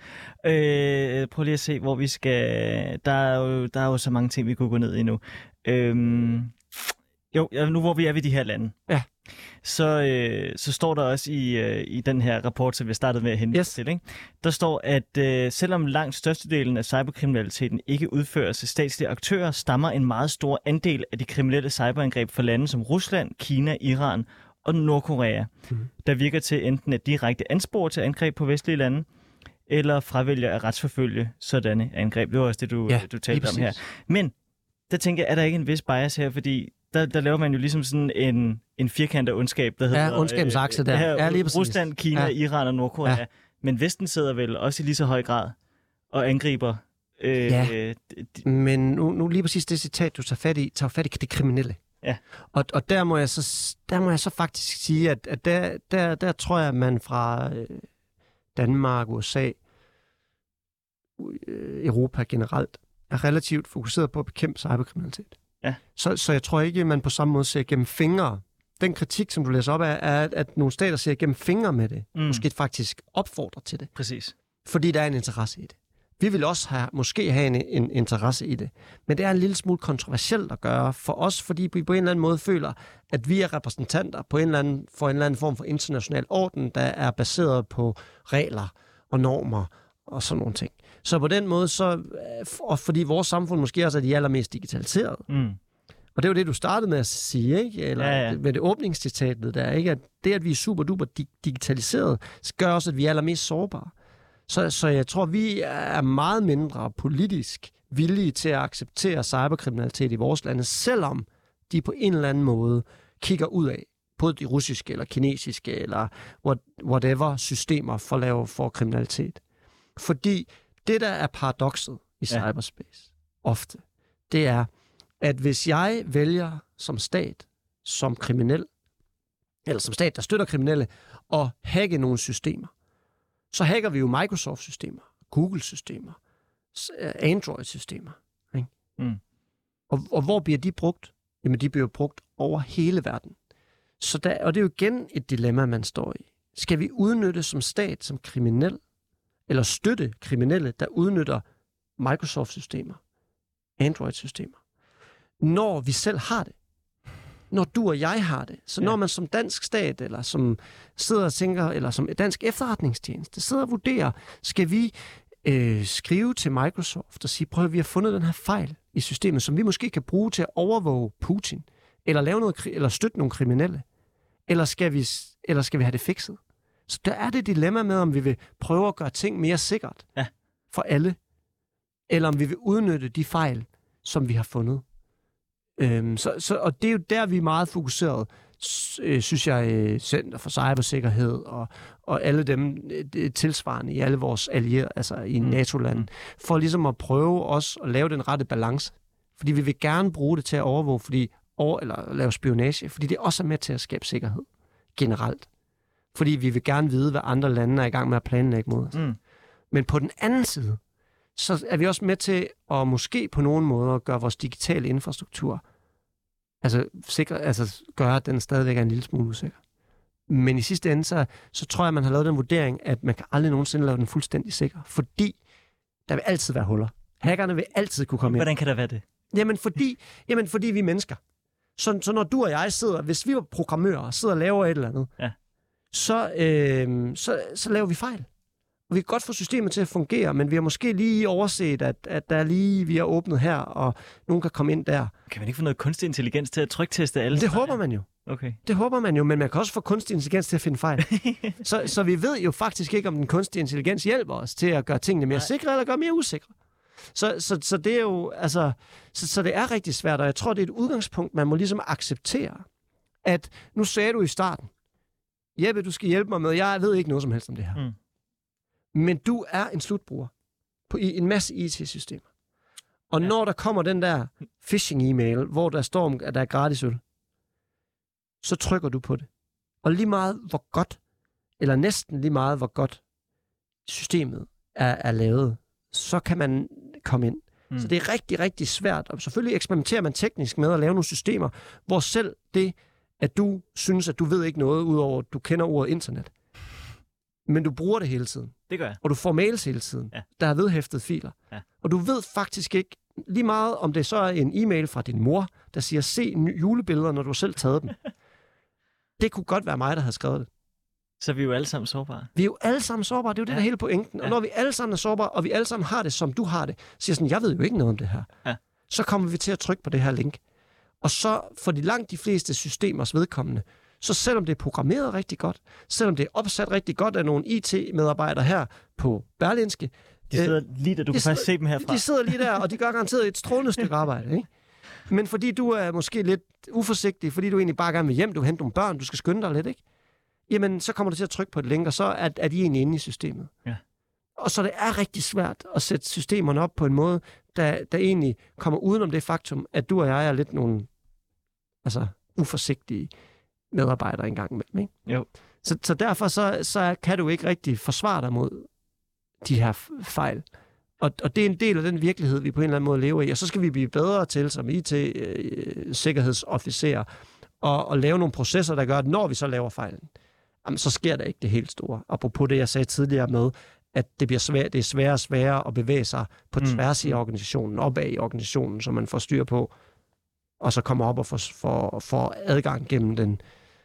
Øh, prøv lige at se, hvor vi skal... Der er jo, der er jo så mange ting, vi kunne gå ned i nu. Øh, jo, nu hvor vi er ved de her lande, ja. så, øh, så står der også i, øh, i den her rapport, som vi startede med at hente yes. til, ikke? Der står, at øh, selvom langt størstedelen af cyberkriminaliteten ikke udføres af statslige aktører, stammer en meget stor andel af de kriminelle cyberangreb fra lande som Rusland, Kina, Iran og Nordkorea, mm. der virker til enten at direkte anspore til angreb på vestlige lande, eller fravælger at retsforfølge sådanne angreb. Det var også det, du, ja, du talte om her. Men der tænker jeg, er der ikke en vis bias her, fordi Der, der laver man jo ligesom sådan en, en firkantet ondskab, der hedder... Ja, ondskabens akse der. Her, ja, lige præcis. Rusland, Kina, ja. Iran og Nordkorea. Ja. Men Vesten sidder vel også i lige så høj grad og angriber... Øh, ja, d- men nu, nu lige præcis det citat, du tager fat i, tager fat i det kriminelle. Ja. Og, og der, må jeg så, der må jeg så faktisk sige, at, at der, der, der tror jeg, at man fra øh, Danmark, U S A, øh, Europa generelt, er relativt fokuseret på at bekæmpe cyberkriminalitet. Ja. Så, så jeg tror ikke, at man på samme måde ser gennem fingre. Den kritik, som du læser op af, er, at nogle stater ser gennem fingre med det. Mm. Måske faktisk opfordrer til det. Præcis. Fordi der er en interesse i det. Vi vil også have, måske have en, en interesse i det. Men det er en lille smule kontroversielt at gøre for os, fordi vi på en eller anden måde føler, at vi er repræsentanter på en eller anden, for en eller anden form for international orden, der er baseret på regler og normer og sådan nogle ting. Så på den måde, så, og fordi vores samfund måske også er de allermest digitaliseret. Mm. Og det er jo det, du startede med at sige, ikke? Eller ja, ja. Med det åbningscitatet der, ikke? At det, at vi er super duper digitaliseret, gør også, at vi er allermest sårbare. Så, så jeg tror, vi er meget mindre politisk villige til at acceptere cyberkriminalitet i vores lande, selvom de på en eller anden måde kigger ud af på de russiske eller kinesiske eller whatever systemer for at lave for kriminalitet. Fordi det, der er paradokset i cyberspace, ja. ofte, det er, at hvis jeg vælger som stat, som kriminel, eller som stat, der støtter kriminelle, at hacke nogle systemer, så hacker vi jo Microsoft-systemer, Google-systemer, Android-systemer. Ikke? Mm. Og, og hvor bliver de brugt? Jamen, de bliver brugt over hele verden. Så der, og det er jo igen et dilemma, man står i. Skal vi udnytte som stat, som kriminel, eller støtte kriminelle, der udnytter Microsoft-systemer, Android-systemer, når vi selv har det? Når du og jeg har det. Så når ja. man som dansk stat, eller som sidder og tænker, eller som dansk efterretningstjeneste, sidder og vurderer, skal vi øh, skrive til Microsoft og sige, prøv at vi har fundet den her fejl i systemet, som vi måske kan bruge til at overvåge Putin, eller lave noget, eller støtte nogle kriminelle, eller skal vi, eller skal vi have det fikset? Så der er det dilemma med, om vi vil prøve at gøre ting mere sikkert ja. for alle, eller om vi vil udnytte de fejl, som vi har fundet. Øhm, så, så, og det er jo der, vi er meget fokuseret, synes jeg, Center for Cybersikkerhed og, og alle dem tilsvarende i alle vores allierede, altså i mm. NATO-lande, for ligesom at prøve også at lave den rette balance. Fordi vi vil gerne bruge det til at overvåge, fordi, over, eller lave spionage, fordi det også er med til at skabe sikkerhed generelt. Fordi vi vil gerne vide, hvad andre lande er i gang med at planlægge mod os. Mm. Men på den anden side, så er vi også med til at måske på nogen måder gøre vores digitale infrastruktur, altså, sikker, altså gøre, at den stadigvæk er en lille smule usikker. Men i sidste ende, så, så tror jeg, man har lavet den vurdering, at man kan aldrig nogensinde lave den fuldstændig sikker, fordi der vil altid være huller. Hackerne vil altid kunne komme ind. Hvordan kan der være det? Jamen fordi, jamen, fordi vi er mennesker. Så, så når du og jeg sidder, hvis vi var programmører og sidder og laver et eller andet, ja. så, øh, så, så laver vi fejl. Og vi kan godt få systemet til at fungere, men vi har måske lige overset, at, at der er lige, vi har åbnet her, og nogen kan komme ind der. Kan man ikke få noget kunstig intelligens til at trykteste alle? Det håber man jo. Okay. Det håber man jo, men man kan også få kunstig intelligens til at finde fejl. så, så vi ved jo faktisk ikke, om den kunstige intelligens hjælper os til at gøre tingene mere Nej. sikre, eller gøre mere usikre. Så, så, så det er jo, altså, så, så det er rigtig svært, og jeg tror, det er et udgangspunkt, man må ligesom acceptere, at nu sagde du i starten, Jeppe, du skal hjælpe mig med, jeg ved ikke noget som helst om det her. Mm. Men du er en slutbruger på i en masse I T-systemer. Og ja. Når der kommer den der phishing-e-mail, hvor der står, at der er gratis øl, så trykker du på det. Og lige meget, hvor godt, eller næsten lige meget, hvor godt systemet er, er lavet, så kan man komme ind. Mm. Så det er rigtig, rigtig svært. Og selvfølgelig eksperimenterer man teknisk med at lave nogle systemer, hvor selv det, at du synes, at du ved ikke noget, udover at du kender ordet internet, men du bruger det hele tiden. Det gør jeg. Og du får mails hele tiden, ja. Der er vedhæftet filer. Ja. Og du ved faktisk ikke lige meget, om det så er en e-mail fra din mor, der siger, se julebilleder, når du selv taget dem. Det kunne godt være mig, der havde skrevet det. Så vi er jo alle sammen sårbare. Vi er jo alle sammen sårbare, det er jo det, ja. Der er hele pointen. Og ja. Når vi alle sammen er sårbare, og vi alle sammen har det, som du har det, så siger sådan, jeg ved jo ikke noget om det her. Ja. Så kommer vi til at trykke på det her link. Og så for de langt de fleste systemers vedkommende, så selvom det er programmeret rigtig godt, selvom det er opsat rigtig godt af nogle I T-medarbejdere her på Berlinske. De sidder øh, lige der, du kan sidder, faktisk se dem herfra. De sidder lige der, og de gør garanteret et strålende stykke arbejde, ikke? Men fordi du er måske lidt uforsigtig, fordi du egentlig bare gerne vil hjem, du vil hente nogle børn, du skal skynde dig lidt, ikke? Jamen, så kommer du til at trykke på et link, og så er, er de egentlig inde i systemet. Ja. Og så det er rigtig svært at sætte systemerne op på en måde, der, der egentlig kommer udenom det faktum, at du og jeg er lidt nogle altså, uforsigtige medarbejdere engang imellem, ikke? Jo. Så, så derfor så, så kan du ikke rigtig forsvare dig mod de her fejl. Og, og det er en del af den virkelighed, vi på en eller anden måde lever i. Og så skal vi blive bedre til som I T-sikkerhedsofficerer og, og lave nogle processer, der gør, at når vi så laver fejlen, jamen, så sker der ikke det helt store. Apropos det, jeg sagde tidligere med, at det bliver svært, det er sværere og sværere at bevæge sig på tværs i organisationen, opad i organisationen, så man får styr på, og så kommer op og får, får, får adgang gennem den,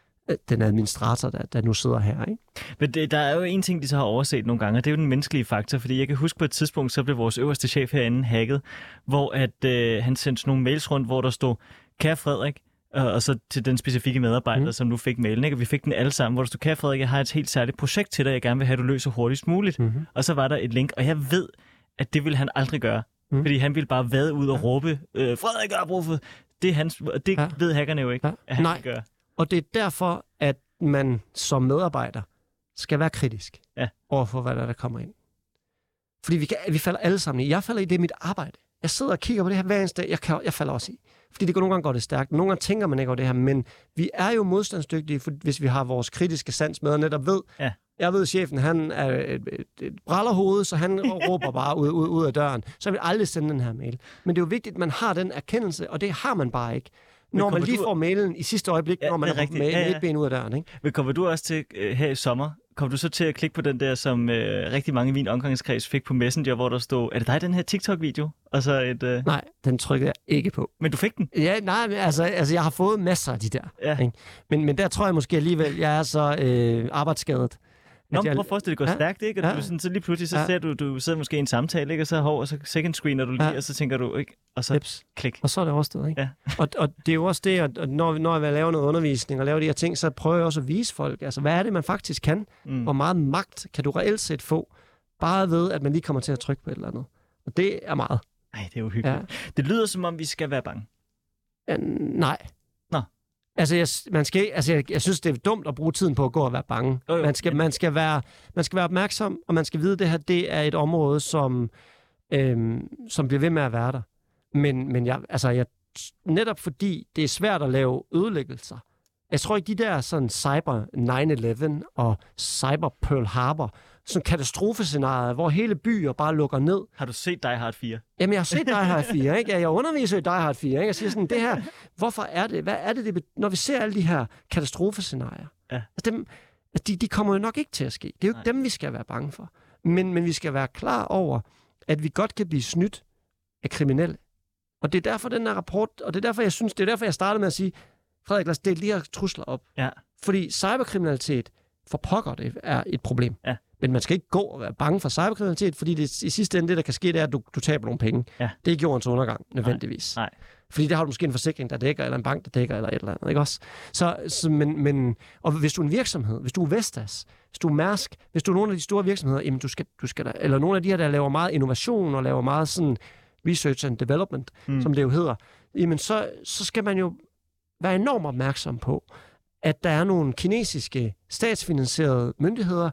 den administrator, der, der nu sidder her, ikke? Men det, der er jo en ting, de så har overset nogle gange, og det er jo den menneskelige faktor, fordi jeg kan huske på et tidspunkt, så blev vores øverste chef herinde hacket, hvor at, øh, han sendte nogle mails rundt, hvor der stod, kære Frederik, og, og så til den specifikke medarbejder, mm. som nu fik mailen, ikke? Og vi fik den alle sammen, hvor der stod, kære Frederik, jeg har et helt særligt projekt til dig, jeg gerne vil have, at du løser hurtigst muligt. Mm-hmm. Og så var der et link, og jeg ved, at det ville han aldrig gøre, mm. fordi han ville bare vade ud og ja. råbe, øh, Frederik, jeg har brug for... Det, er hans, det ja. ved hackerne jo ikke, ja. at han Nej. gør. Og det er derfor, at man som medarbejder skal være kritisk ja. overfor, hvad der, der kommer ind. Fordi vi, kan, vi falder alle sammen i. Jeg falder i det mit arbejde. Jeg sidder og kigger på det her hver eneste dag. Jeg, kan, jeg falder også i. Fordi det går nogle gange går det stærkt. Nogle gange tænker man ikke over det her, men vi er jo modstandsdygtige, for, hvis vi har vores kritiske sans med og netop ved, ja. jeg ved, chefen han er et, et, et brallerhoved, så han råber bare ud, ud, ud af døren. Så jeg vil aldrig sende den her mail. Men det er jo vigtigt, at man har den erkendelse, og det har man bare ikke. Når man lige du... får mailen i sidste øjeblik, ja, når man er, er på mail, ja, ja. et ben ud af døren, ikke? Men kommer du også til uh, her i sommer, kommer du så til at klikke på den der, som uh, rigtig mange i min omgangskreds fik på Messenger, hvor der stod, er det dig, den her TikTok-video? Og så et, uh... Nej, den trykker jeg ikke på. Men du fik den? Ja, nej, men altså, altså jeg har fået masser af de der. Ja. Ikke? Men, men der tror jeg måske alligevel, jeg er så øh, arbejdsskadet. Nå, men prøv at forestille dig, det går ja, stærkt, ikke? Og ja, du sådan, så lige pludselig, så ja. ser du, du sidder måske i en samtale, ikke? Og så hov, og så second screener du lige, ja. og så tænker du, ikke? Og så Lips. klik. Og så er det overstået, ikke? Ja. og, og det er jo også det, at når, når jeg laver noget undervisning og laver de her ting, så prøver jeg også at vise folk, altså hvad er det, man faktisk kan? Mm. Hvor meget magt kan du reelt set få, bare ved, at man lige kommer til at trykke på et eller andet. Og det er meget. Nej, det er jo hyggeligt. Ja. Det lyder, som om vi skal være bange. Ja, nej. Altså, jeg, man skal, altså jeg, jeg synes, det er dumt at bruge tiden på at gå og være bange. Jo, jo. Man, skal, man, skal være, man skal være opmærksom, og man skal vide, at det her det er et område, som, øhm, som bliver ved med at være der. Men, men jeg, altså, jeg, netop fordi det er svært at lave ødelæggelser. Jeg tror ikke, de der sådan cyber nine eleven og cyber Pearl Harbor, sådan katastrofescenarier, hvor hele byer bare lukker ned. Har du set Die Hard fire? Jamen, jeg har set Die Hard fire, ikke? Jeg underviser i Die Hard fire, ikke? Jeg siger sådan, det her, hvorfor er det? Hvad er det, det når vi ser alle de her katastrofescenarier? Ja. Altså, dem, de, de kommer jo nok ikke til at ske. Det er jo ikke Nej. dem, vi skal være bange for. Men, men vi skal være klar over, at vi godt kan blive snydt af kriminelle. Og det er derfor, den her rapport, og det er derfor, jeg synes, det er derfor, jeg startede med at sige, Frederik, lad os dele de her trusler op. Ja. Fordi cyberkriminalitet, for pokker det, er et problem. Ja. Men man skal ikke gå og være bange for cyberkriminalitet, fordi det, i sidste ende, det der kan ske, det er, at du, du taber nogle penge. Ja. Det er ikke jordens undergang, nødvendigvis. Nej. Nej. Fordi der har du måske en forsikring, der dækker, eller en bank, der dækker, eller et eller andet, ikke også? Så, så men, men, og hvis du er en virksomhed, hvis du er Vestas, hvis du er Mærsk, hvis du er nogle af de store virksomheder, jamen du skal, du skal der, eller nogle af de her, der laver meget innovation, og laver meget sådan research and development, mm. som det jo hedder, jamen så, så skal man jo være enormt opmærksom på, at der er nogle kinesiske statsfinansierede myndigheder,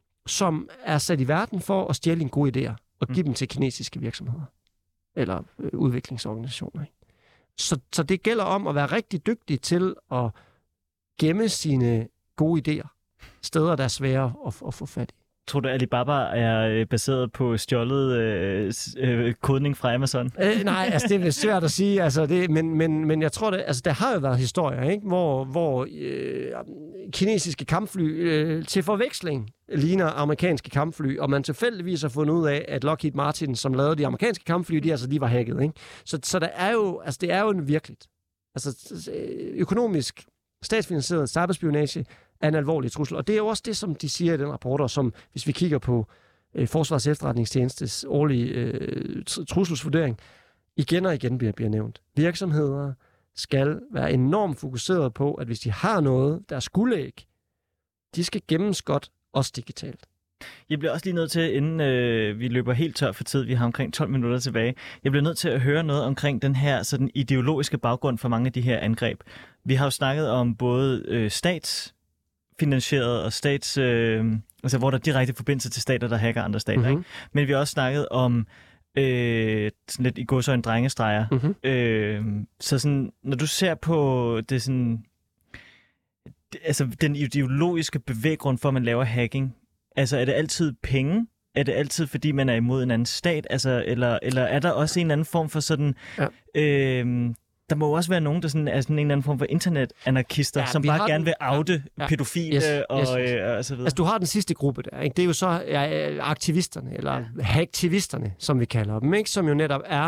som er sat i verden for at stjæle en god idéer og give mm. dem til kinesiske virksomheder eller øh, udviklingsorganisationer. Ikke? Så, så det gælder om at være rigtig dygtig til at gemme sine gode idéer. Steder, der er svære at, at få fat i. Tror du, Alibaba er baseret på stjålet øh, øh, kodning fra Amazon? Øh, nej, altså det er svært at sige, altså det, men, men, men jeg tror, det, altså der har jo været historier, ikke? hvor, hvor øh, kinesiske kampfly øh, til forveksling ligner amerikanske kampfly, og man tilfældigvis har fundet ud af, at Lockheed Martin, som lavede de amerikanske kampfly, de altså lige var hacket. Ikke? Så, så der er jo, altså det er jo en virkeligt. Altså økonomisk statsfinansieret cyberspionage er en alvorlig trussel. Og det er jo også det, som de siger i den rapport, og som hvis vi kigger på øh, Forsvarets Efterretningstjenestes årlige øh, trusselsvurdering, igen og igen bliver, bliver nævnt. Virksomheder skal være enormt fokuseret på, at hvis de har noget, der er skuldæg, de skal gemmes godt, også digitalt. Jeg bliver også lige nødt til, inden øh, vi løber helt tør for tid, vi har omkring tolv minutter tilbage, jeg bliver nødt til at høre noget omkring den her sådan ideologiske baggrund for mange af de her angreb. Vi har jo snakket om både øh, statsfinansieret og stats, øh, altså hvor der er direkte forbindelse til stater, der hacker andre stater, mm-hmm. ikke? Men vi har også snakket om øh, sådan lidt i godsøjne drengestreger. Mm-hmm. Øh, så sådan, når du ser på det sådan, det, altså den ideologiske bevæggrund for, at man laver hacking, altså, er det altid penge? Er det altid, fordi man er imod en anden stat? Altså, eller, eller er der også en eller anden form for sådan... Ja. Øh, der må jo også være nogen, der sådan, er sådan en eller anden form for internetanarkister, ja, som bare gerne den... vil oute ja. pædofile yes, og, yes, yes. Øh, og så videre. Altså, du har den sidste gruppe der, ikke? Det er jo så ja, aktivisterne, eller ja. hacktivisterne, som vi kalder dem, ikke? Som jo netop er...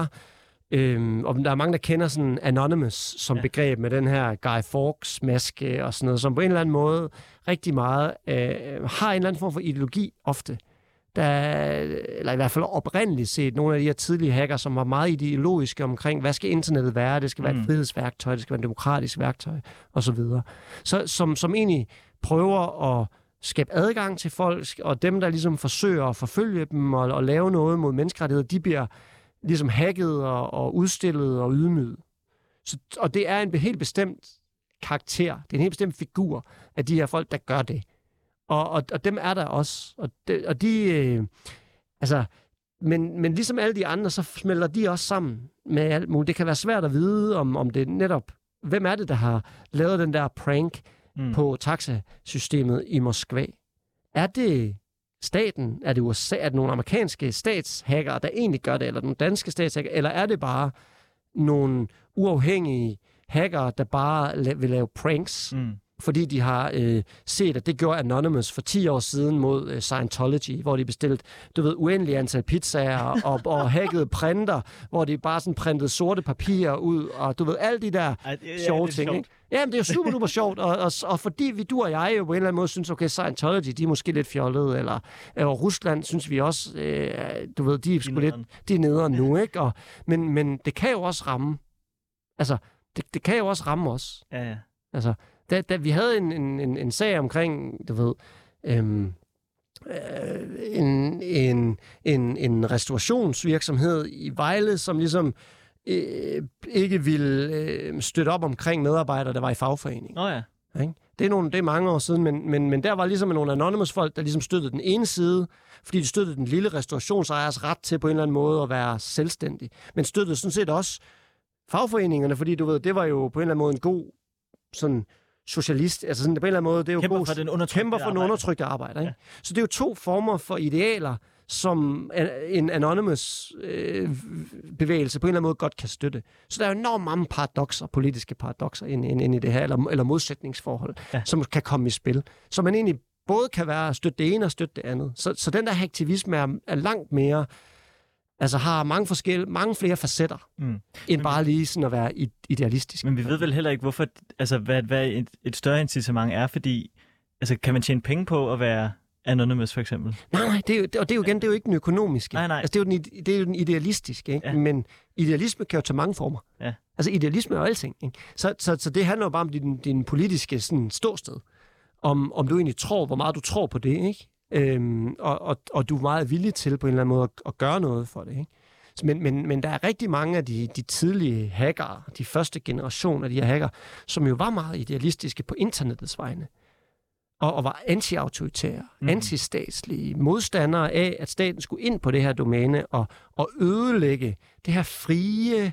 Øhm, og der er mange, der kender sådan Anonymous som ja. begreb med den her Guy Fawkes-maske og sådan noget, som på en eller anden måde rigtig meget øh, har en eller anden form for ideologi ofte. Der, eller i hvert fald oprindeligt set nogle af de her tidlige hacker, som var meget ideologiske omkring, hvad skal internettet være? Det skal være et mm. frihedsværktøj, det skal være et demokratisk værktøj osv. Så som, som egentlig prøver at skabe adgang til folk, og dem, der ligesom forsøger at forfølge dem og, og lave noget mod menneskerettigheder, de bliver ligesom hacket og, og udstillet og ydmyget. Så, og det er en helt bestemt karakter, det er en helt bestemt figur af de her folk, der gør det. Og, og, og dem er der også. Og de, og de øh, altså, men, men ligesom alle de andre, så smelter de også sammen med alt muligt. Det kan være svært at vide, om, om det netop, hvem er det, der har lavet den der prank mm. på taxasystemet i Moskva? Er det staten? Er det U S A? Er det nogle amerikanske statshackere, der egentlig gør det? Eller nogle danske statshackere? Eller er det bare nogle uafhængige hackere, der bare la- vil lave pranks? Mm. Fordi de har øh, set, at det gjorde Anonymous for ti år siden mod øh, Scientology, hvor de bestilte, du ved, uendelige antal pizzaer og, og hackede printer, hvor de bare sådan printede sorte papirer ud, og du ved, alle de der Ej, det, sjove ja, ting, ikke? Jamen, det er jo super, super sjovt, og, og, og fordi vi, du og jeg jo på en eller anden måde synes, okay, Scientology, de er måske lidt fjollede, eller og Rusland synes vi også, øh, du ved, de er sgu lidt, de er nederen nu, ikke? Og, men, men det kan jo også ramme, altså, det, det kan jo også ramme os. Ja, ja. Altså, Da, da vi havde en, en, en, en sag omkring, du ved, øhm, øh, en, en, en, en restaurationsvirksomhed i Vejle, som ligesom øh, ikke ville øh, støtte op omkring medarbejdere, der var i fagforening. Oh ja. Ikke? Det er, nogle, det er mange år siden, men, men, men der var ligesom nogle anonymous folk, der ligesom støttede den ene side, fordi de støttede den lille restaurationsejers ret til på en eller anden måde at være selvstændig. Men støttede sådan set også fagforeningerne, fordi du ved, det var jo på en eller anden måde en god sådan socialist, altså sådan på en eller anden måde, det er jo kæmper god, for den undertrykte kæmper for den undertrykte arbejder. Ikke? Ja. Så det er jo to former for idealer, som en anonymous øh, bevægelse på en eller anden måde godt kan støtte. Så der er jo enormt mange paradokser, politiske paradokser ind, ind, ind i det her, eller, eller modsætningsforhold, ja. som kan komme i spil. Så man egentlig både kan være støtte det ene og støtte det andet. Så, så den der aktivisme er, er langt mere Altså har mange, forskellige, mange flere facetter, mm. end bare lige sådan at være idealistisk. Men vi ved vel heller ikke, hvorfor, altså, hvad, hvad et, et større incitament er, fordi altså, kan man tjene penge på at være anonymous, for eksempel? Nej, nej, det er jo, og det er jo igen, det er jo ikke den økonomiske. Nej, nej. Altså, det, er jo den, det er jo den idealistiske, ikke? Ja. Men idealisme kan jo tage mange former. Ja. Altså idealisme er jo alting, ikke? Så, så, så det handler jo bare om din, din politiske sådan, ståsted. Om, om du egentlig tror, hvor meget du tror på det, ikke? Øhm, og, og, og du er meget villig til på en eller anden måde at, at gøre noget for det, ikke? Men, men, men der er rigtig mange af de, de tidlige hackere, de første generation af de her hackere, som jo var meget idealistiske på internettets vegne. Og, og var anti-autoritære, mm. antistatslige, modstandere af, at staten skulle ind på det her domæne og, og ødelægge det her frie,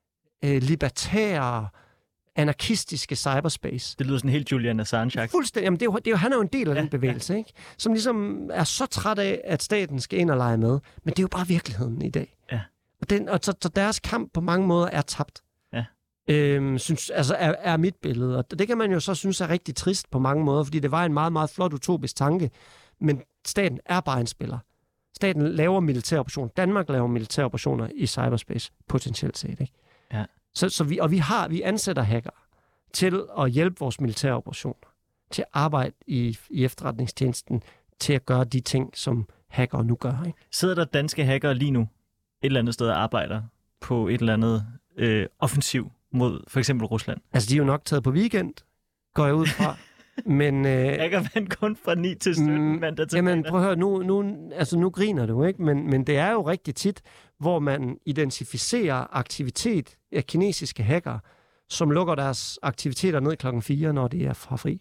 øh, libertære, anarkistiske cyberspace. Det lyder sådan helt Julian Assange. Fuldstændig. Jamen, det er jo, det er jo, han er jo en del af ja, den bevægelse, ja. Ikke? Som ligesom er så træt af, at staten skal ind og lege med. Men det er jo bare virkeligheden i dag. Ja. Og, den, og så, så deres kamp på mange måder er tabt. Ja. Øhm, synes, altså er, er mit billede. Og det kan man jo så synes er rigtig trist på mange måder, fordi det var en meget, meget flot utopisk tanke. Men staten er bare en spiller. Staten laver militæroperationer. Danmark laver militæroperationer i cyberspace, potentielt set, ikke? Ja. Så, så vi, og vi har, vi ansætter hacker til at hjælpe vores militære operationer, til at arbejde i, i efterretningstjenesten, til at gøre de ting, som hackere nu gør. Ikke? Sidder der danske hackere lige nu et eller andet sted og arbejder på et eller andet øh, offensiv mod for eksempel Rusland? Altså, de er jo nok taget på weekend, går jeg ud fra. Men, øh, hacker man kun fra ni til sytten mandag til Jamen, prøv at høre, nu, nu, altså, nu griner du, ikke? Men, men det er jo rigtig tit, hvor man identificerer aktivitet af kinesiske hackere, som lukker deres aktiviteter ned klokken fire, når de er fra fri.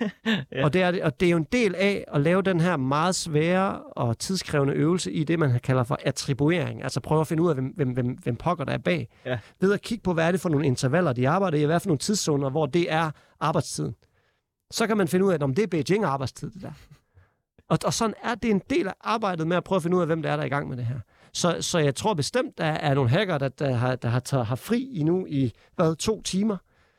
ja. og, det er, og det er jo en del af at lave den her meget svære og tidskrævende øvelse i det, man kalder for attribuering. Altså prøve at finde ud af, hvem, hvem, hvem, hvem pokker der er bag. Ja. Ved at kigge på, hvad er det for nogle intervaller, de arbejder i, hvad for nogle tidszoner, hvor det er arbejdstiden. Så kan man finde ud af, om det er Beijing-arbejdstid, det der. Og, og sådan er det en del af arbejdet med at prøve at finde ud af, hvem der er, der er i gang med det her. Så, så jeg tror bestemt, der er nogle hacker, der, der, har, der har, taget, har fri i nu i hvad, to timer,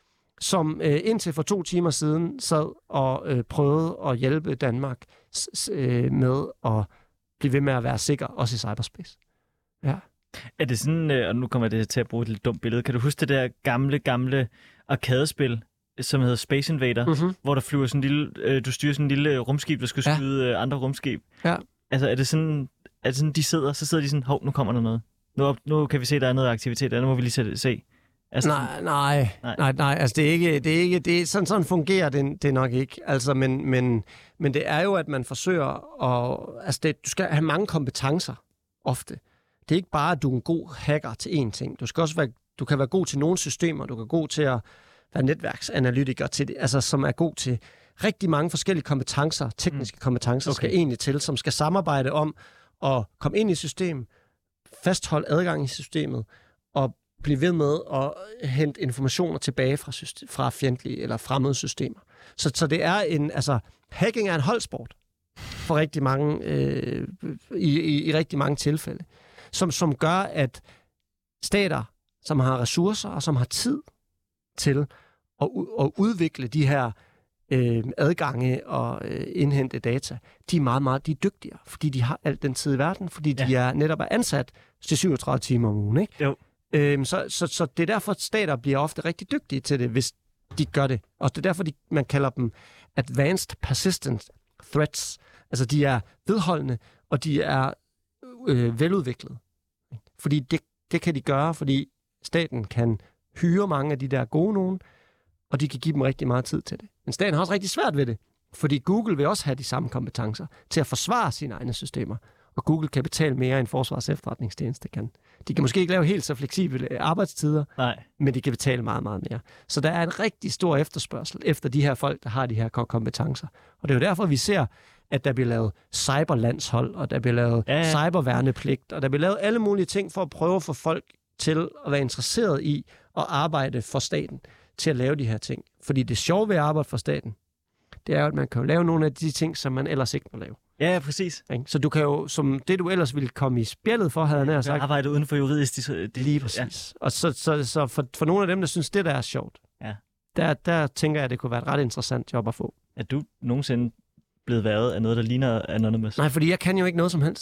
som øh, indtil for to timer siden sad og øh, prøvede at hjælpe Danmark s- øh, med at blive ved med at være sikker, også i cyberspace. Ja. Er det sådan, øh, og nu kommer det til at bruge et lidt dumt billede, kan du huske det der gamle, gamle arkadespil, som hedder Space Invader, mm-hmm. hvor der flyver sådan en lille, øh, du styrer sådan en lille rumskib, der skal skyde ja. øh, andre rumskib. Ja. Altså er det sådan, er det sådan, de sidder, så sidder de sådan, hov, nu kommer der noget. Nu, nu kan vi se, der er noget aktivitet, der nu må vi lige se. se. Altså, nej, nej, nej, nej, nej, altså det er ikke, det er ikke, det er, sådan, sådan fungerer det, det nok ikke. Altså, men, men, men det er jo, at man forsøger at, altså det, du skal have mange kompetencer, ofte. Det er ikke bare, at du er en god hacker til én ting. Du skal også være, du kan være god til nogle systemer, du kan være god til at være netværksanalytiker til det, altså som er god til rigtig mange forskellige kompetencer, tekniske kompetencer, okay. skal egentlig til, som skal samarbejde om at komme ind i systemet, fastholde adgang i systemet, og blive ved med at hente informationer tilbage fra, system, fra fjendtlige eller fremmede systemer. Så, så det er en, altså, hacking er en holdsport for rigtig mange, øh, i, i, i rigtig mange tilfælde, som, som gør, at stater, som har ressourcer og som har tid til at, at udvikle de her øh, adgange og øh, indhente data, de er meget, meget de er dygtigere, fordi de har alt den tid i verden, fordi de ja. er netop er ansat til syvogtredive timer om ugen. Ikke? Jo. Øhm, så, så, så det er derfor, at stater bliver ofte rigtig dygtige til det, hvis de gør det. Og det er derfor, de, man kalder dem advanced persistent threats. Altså, de er vedholdende, og de er øh, veludviklede. Fordi det, det kan de gøre, fordi staten kan hyre mange af de der gode nogen, og de kan give dem rigtig meget tid til det. Men staten har også rigtig svært ved det, fordi Google vil også have de samme kompetencer til at forsvare sine egne systemer. Og Google kan betale mere end Forsvarets efterretningstjeneste kan. De kan måske ikke lave helt så fleksible arbejdstider, Nej. men de kan betale meget, meget mere. Så der er en rigtig stor efterspørgsel efter de her folk, der har de her kompetencer. Og det er jo derfor, vi ser, at der bliver lavet cyberlandshold, og der bliver lavet ja, ja. cyberværnepligt, og der bliver lavet alle mulige ting for at prøve at få folk til at være interesseret i at arbejde for staten, til at lave de her ting. Fordi det sjove ved at arbejde for staten, det er jo, at man kan jo lave nogle af de ting, som man ellers ikke må lave. Ja, præcis. Så du kan jo, som det du ellers ville komme i spjældet for, havde jeg nær sagt. Arbejde uden for juridisk. Det, lige præcis. Ja. Og så, så, så for, for nogle af dem, der synes, det der er sjovt, ja. der, der tænker jeg, at det kunne være et ret interessant job at få. Er du nogensinde blevet været af noget, der ligner Anonymous? Nej, fordi jeg kan jo ikke noget som helst.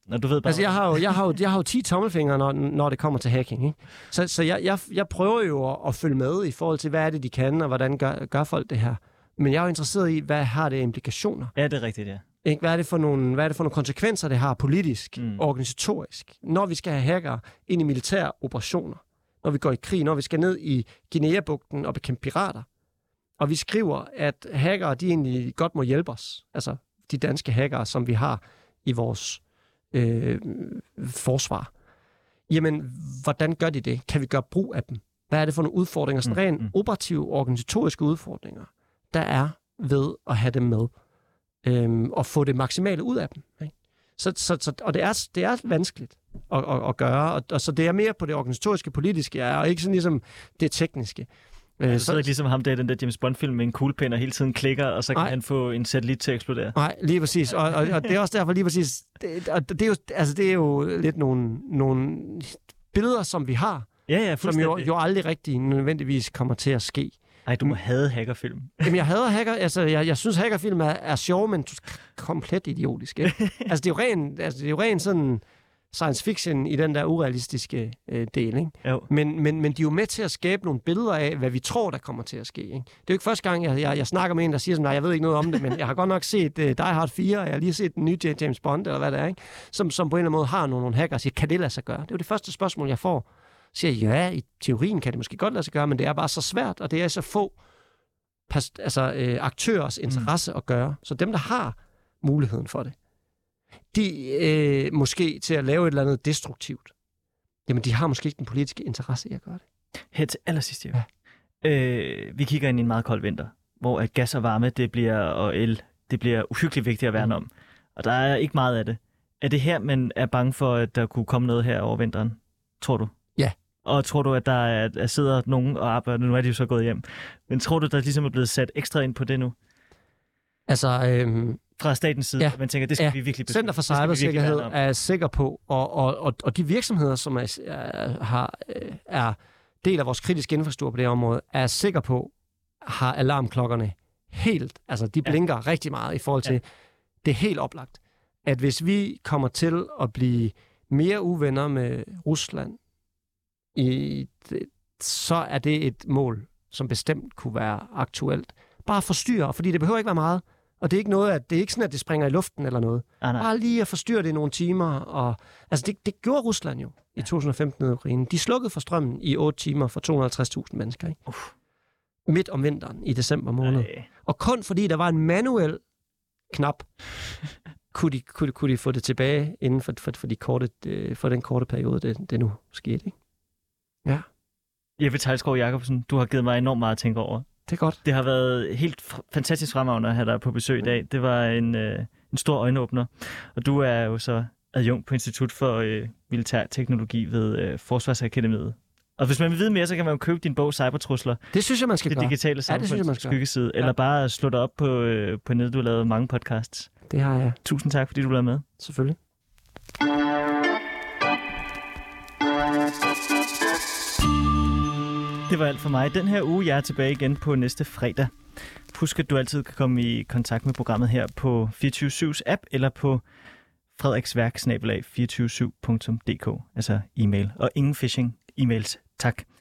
Når du ved bare... Altså, jeg har jo, jeg har jo, jeg har jo ti tommelfingre, når, når det kommer til hacking. Ikke? Så, så jeg, jeg, jeg prøver jo at, at følge med i forhold til, hvad er det, de kan, og hvordan gør, gør folk det her. Men jeg er jo interesseret i, hvad har det implikationer? Ja, det er rigtigt, ja. Ikke? Hvad er det for nogle, hvad er det for nogle konsekvenser, det har politisk, Mm. organisatorisk? Når vi skal have hacker ind i militære operationer, når vi går i krig, når vi skal ned i Guinea-bugten og bekæmpe pirater, og vi skriver, at hackere, de egentlig godt må hjælpe os. Altså de danske hackere, som vi har i vores øh, forsvar. Jamen, hvordan gør de det? Kan vi gøre brug af dem? Hvad er det for nogle udfordringer? Sådan rent Mm, mm. operative, organisatoriske udfordringer, der er ved at have dem med. Øhm, og få det maksimale ud af dem. Ikke? Så, så, så, og det er, det er vanskeligt at, at, at gøre, og, og så det er mere på det organisatoriske, politiske, ja, og ikke sådan ligesom det tekniske. Ja, Øh, så er det ikke ligesom ham der, den der James Bond-film med en kuglepen, og hele tiden klikker, og så kan Nej. han få en satellit til at eksplodere. Nej, lige præcis. Og, og, og det er også derfor lige præcis, det, og det, er jo, altså, det er jo lidt nogle, nogle billeder, som vi har, Ja, ja, som jo, fuldstændig. jo aldrig rigtig nødvendigvis kommer til at ske. Ej, du må hade hackerfilm. Jamen, jeg hader hacker, altså, jeg, jeg synes, hackerfilm er, er sjov, men komplet idiotisk, ikke? Altså, det er jo ren, altså, det er jo ren sådan science fiction i den der urealistiske øh, del, ikke? Jo. Men, men, men de er jo med til at skabe nogle billeder af, hvad vi tror, der kommer til at ske, ikke? Det er jo ikke første gang, jeg, jeg, jeg snakker med en, der siger sådan, nej, jeg ved ikke noget om det, men jeg har godt nok set uh, Die Hard fire, og jeg har lige set den nye James Bond, eller hvad det er, ikke? Som, som på en eller anden måde har nogle, nogle hacker og siger, kan det lade sig gøre? Det er jo det første spørgsmål, jeg får. Så siger jeg, ja, i teorien kan det måske godt lade sig gøre, men det er bare så svært, og det er så få pas, altså, øh, aktørers interesse mm. at gøre. Så dem, der har muligheden for det, de øh, måske til at lave et eller andet destruktivt, jamen de har måske ikke den politiske interesse i at gøre det. Her til allersidst, ja. øh, vi kigger ind i en meget kold vinter, hvor at gas og varme, det bliver, og el, det bliver uhyggeligt vigtigt at værne om. Og der er ikke meget af det. Er det her, man er bange for, at der kunne komme noget her over vinteren? Tror du? Ja. Og tror du, at der, er, der sidder nogen og arbejder, nu er de jo så gået hjem, men tror du, der ligesom er blevet sat ekstra ind på det nu? Altså, øhm, fra statens side, ja, man tænker, det skal ja, vi virkelig beskytte. Center for Cybersikkerhed er sikker på, og, og, og, og de virksomheder, som er, er, har, er del af vores kritiske infrastruktur på det område, er sikker på, har alarmklokkerne helt, altså de blinker ja. rigtig meget i forhold til, ja. det er helt oplagt, at hvis vi kommer til at blive mere uvenner med Rusland, i det, så er det et mål, som bestemt kunne være aktuelt. Bare forstyrre, fordi det behøver ikke være meget. Og det er ikke noget, at det er ikke sådan, at det springer i luften eller noget. Ah, Bare lige at forstyrre det i nogle timer. Og, altså det, det gjorde Rusland jo ja. i to tusind og femten i Ukraine. De slukkede for strømmen i otte timer for to hundrede og halvtreds tusind mennesker. Ikke? Uh. Midt om vinteren i december måned. Ej. Og kun fordi der var en manuel knap, kunne, de, kunne, kunne de få det tilbage inden for, for, for, de korte, for den korte periode, det, det nu skete. Ikke? Ja. Jeppe Teglskov Jacobsen, du har givet mig enormt meget at tænke over. Det er godt. Det har været helt f- fantastisk fremragende at have dig på besøg i dag. Det var en, øh, en stor øjenåbner. Og du er jo så adjunkt på Institut for øh, Militær Teknologi ved øh, Forsvarsakademiet. Og hvis man vil vide mere, så kan man jo købe din bog Cybertrusler. Det synes jeg, man skal det gøre. Det digitale samfunds ja, skyggeside. Eller ja. bare slå dig op på, øh, på nettet. Du har lavet mange podcasts. Det har jeg. Tusind tak, fordi du blev med. Selvfølgelig. Det var alt for mig. Den her uge, jeg er tilbage igen på næste fredag. Husk, at du altid kan komme i kontakt med programmet her på fireogtyve syvs app eller på frederiksværk snabel-a to fire syv punktum d k, altså e-mail. Og ingen phishing e-mails. Tak.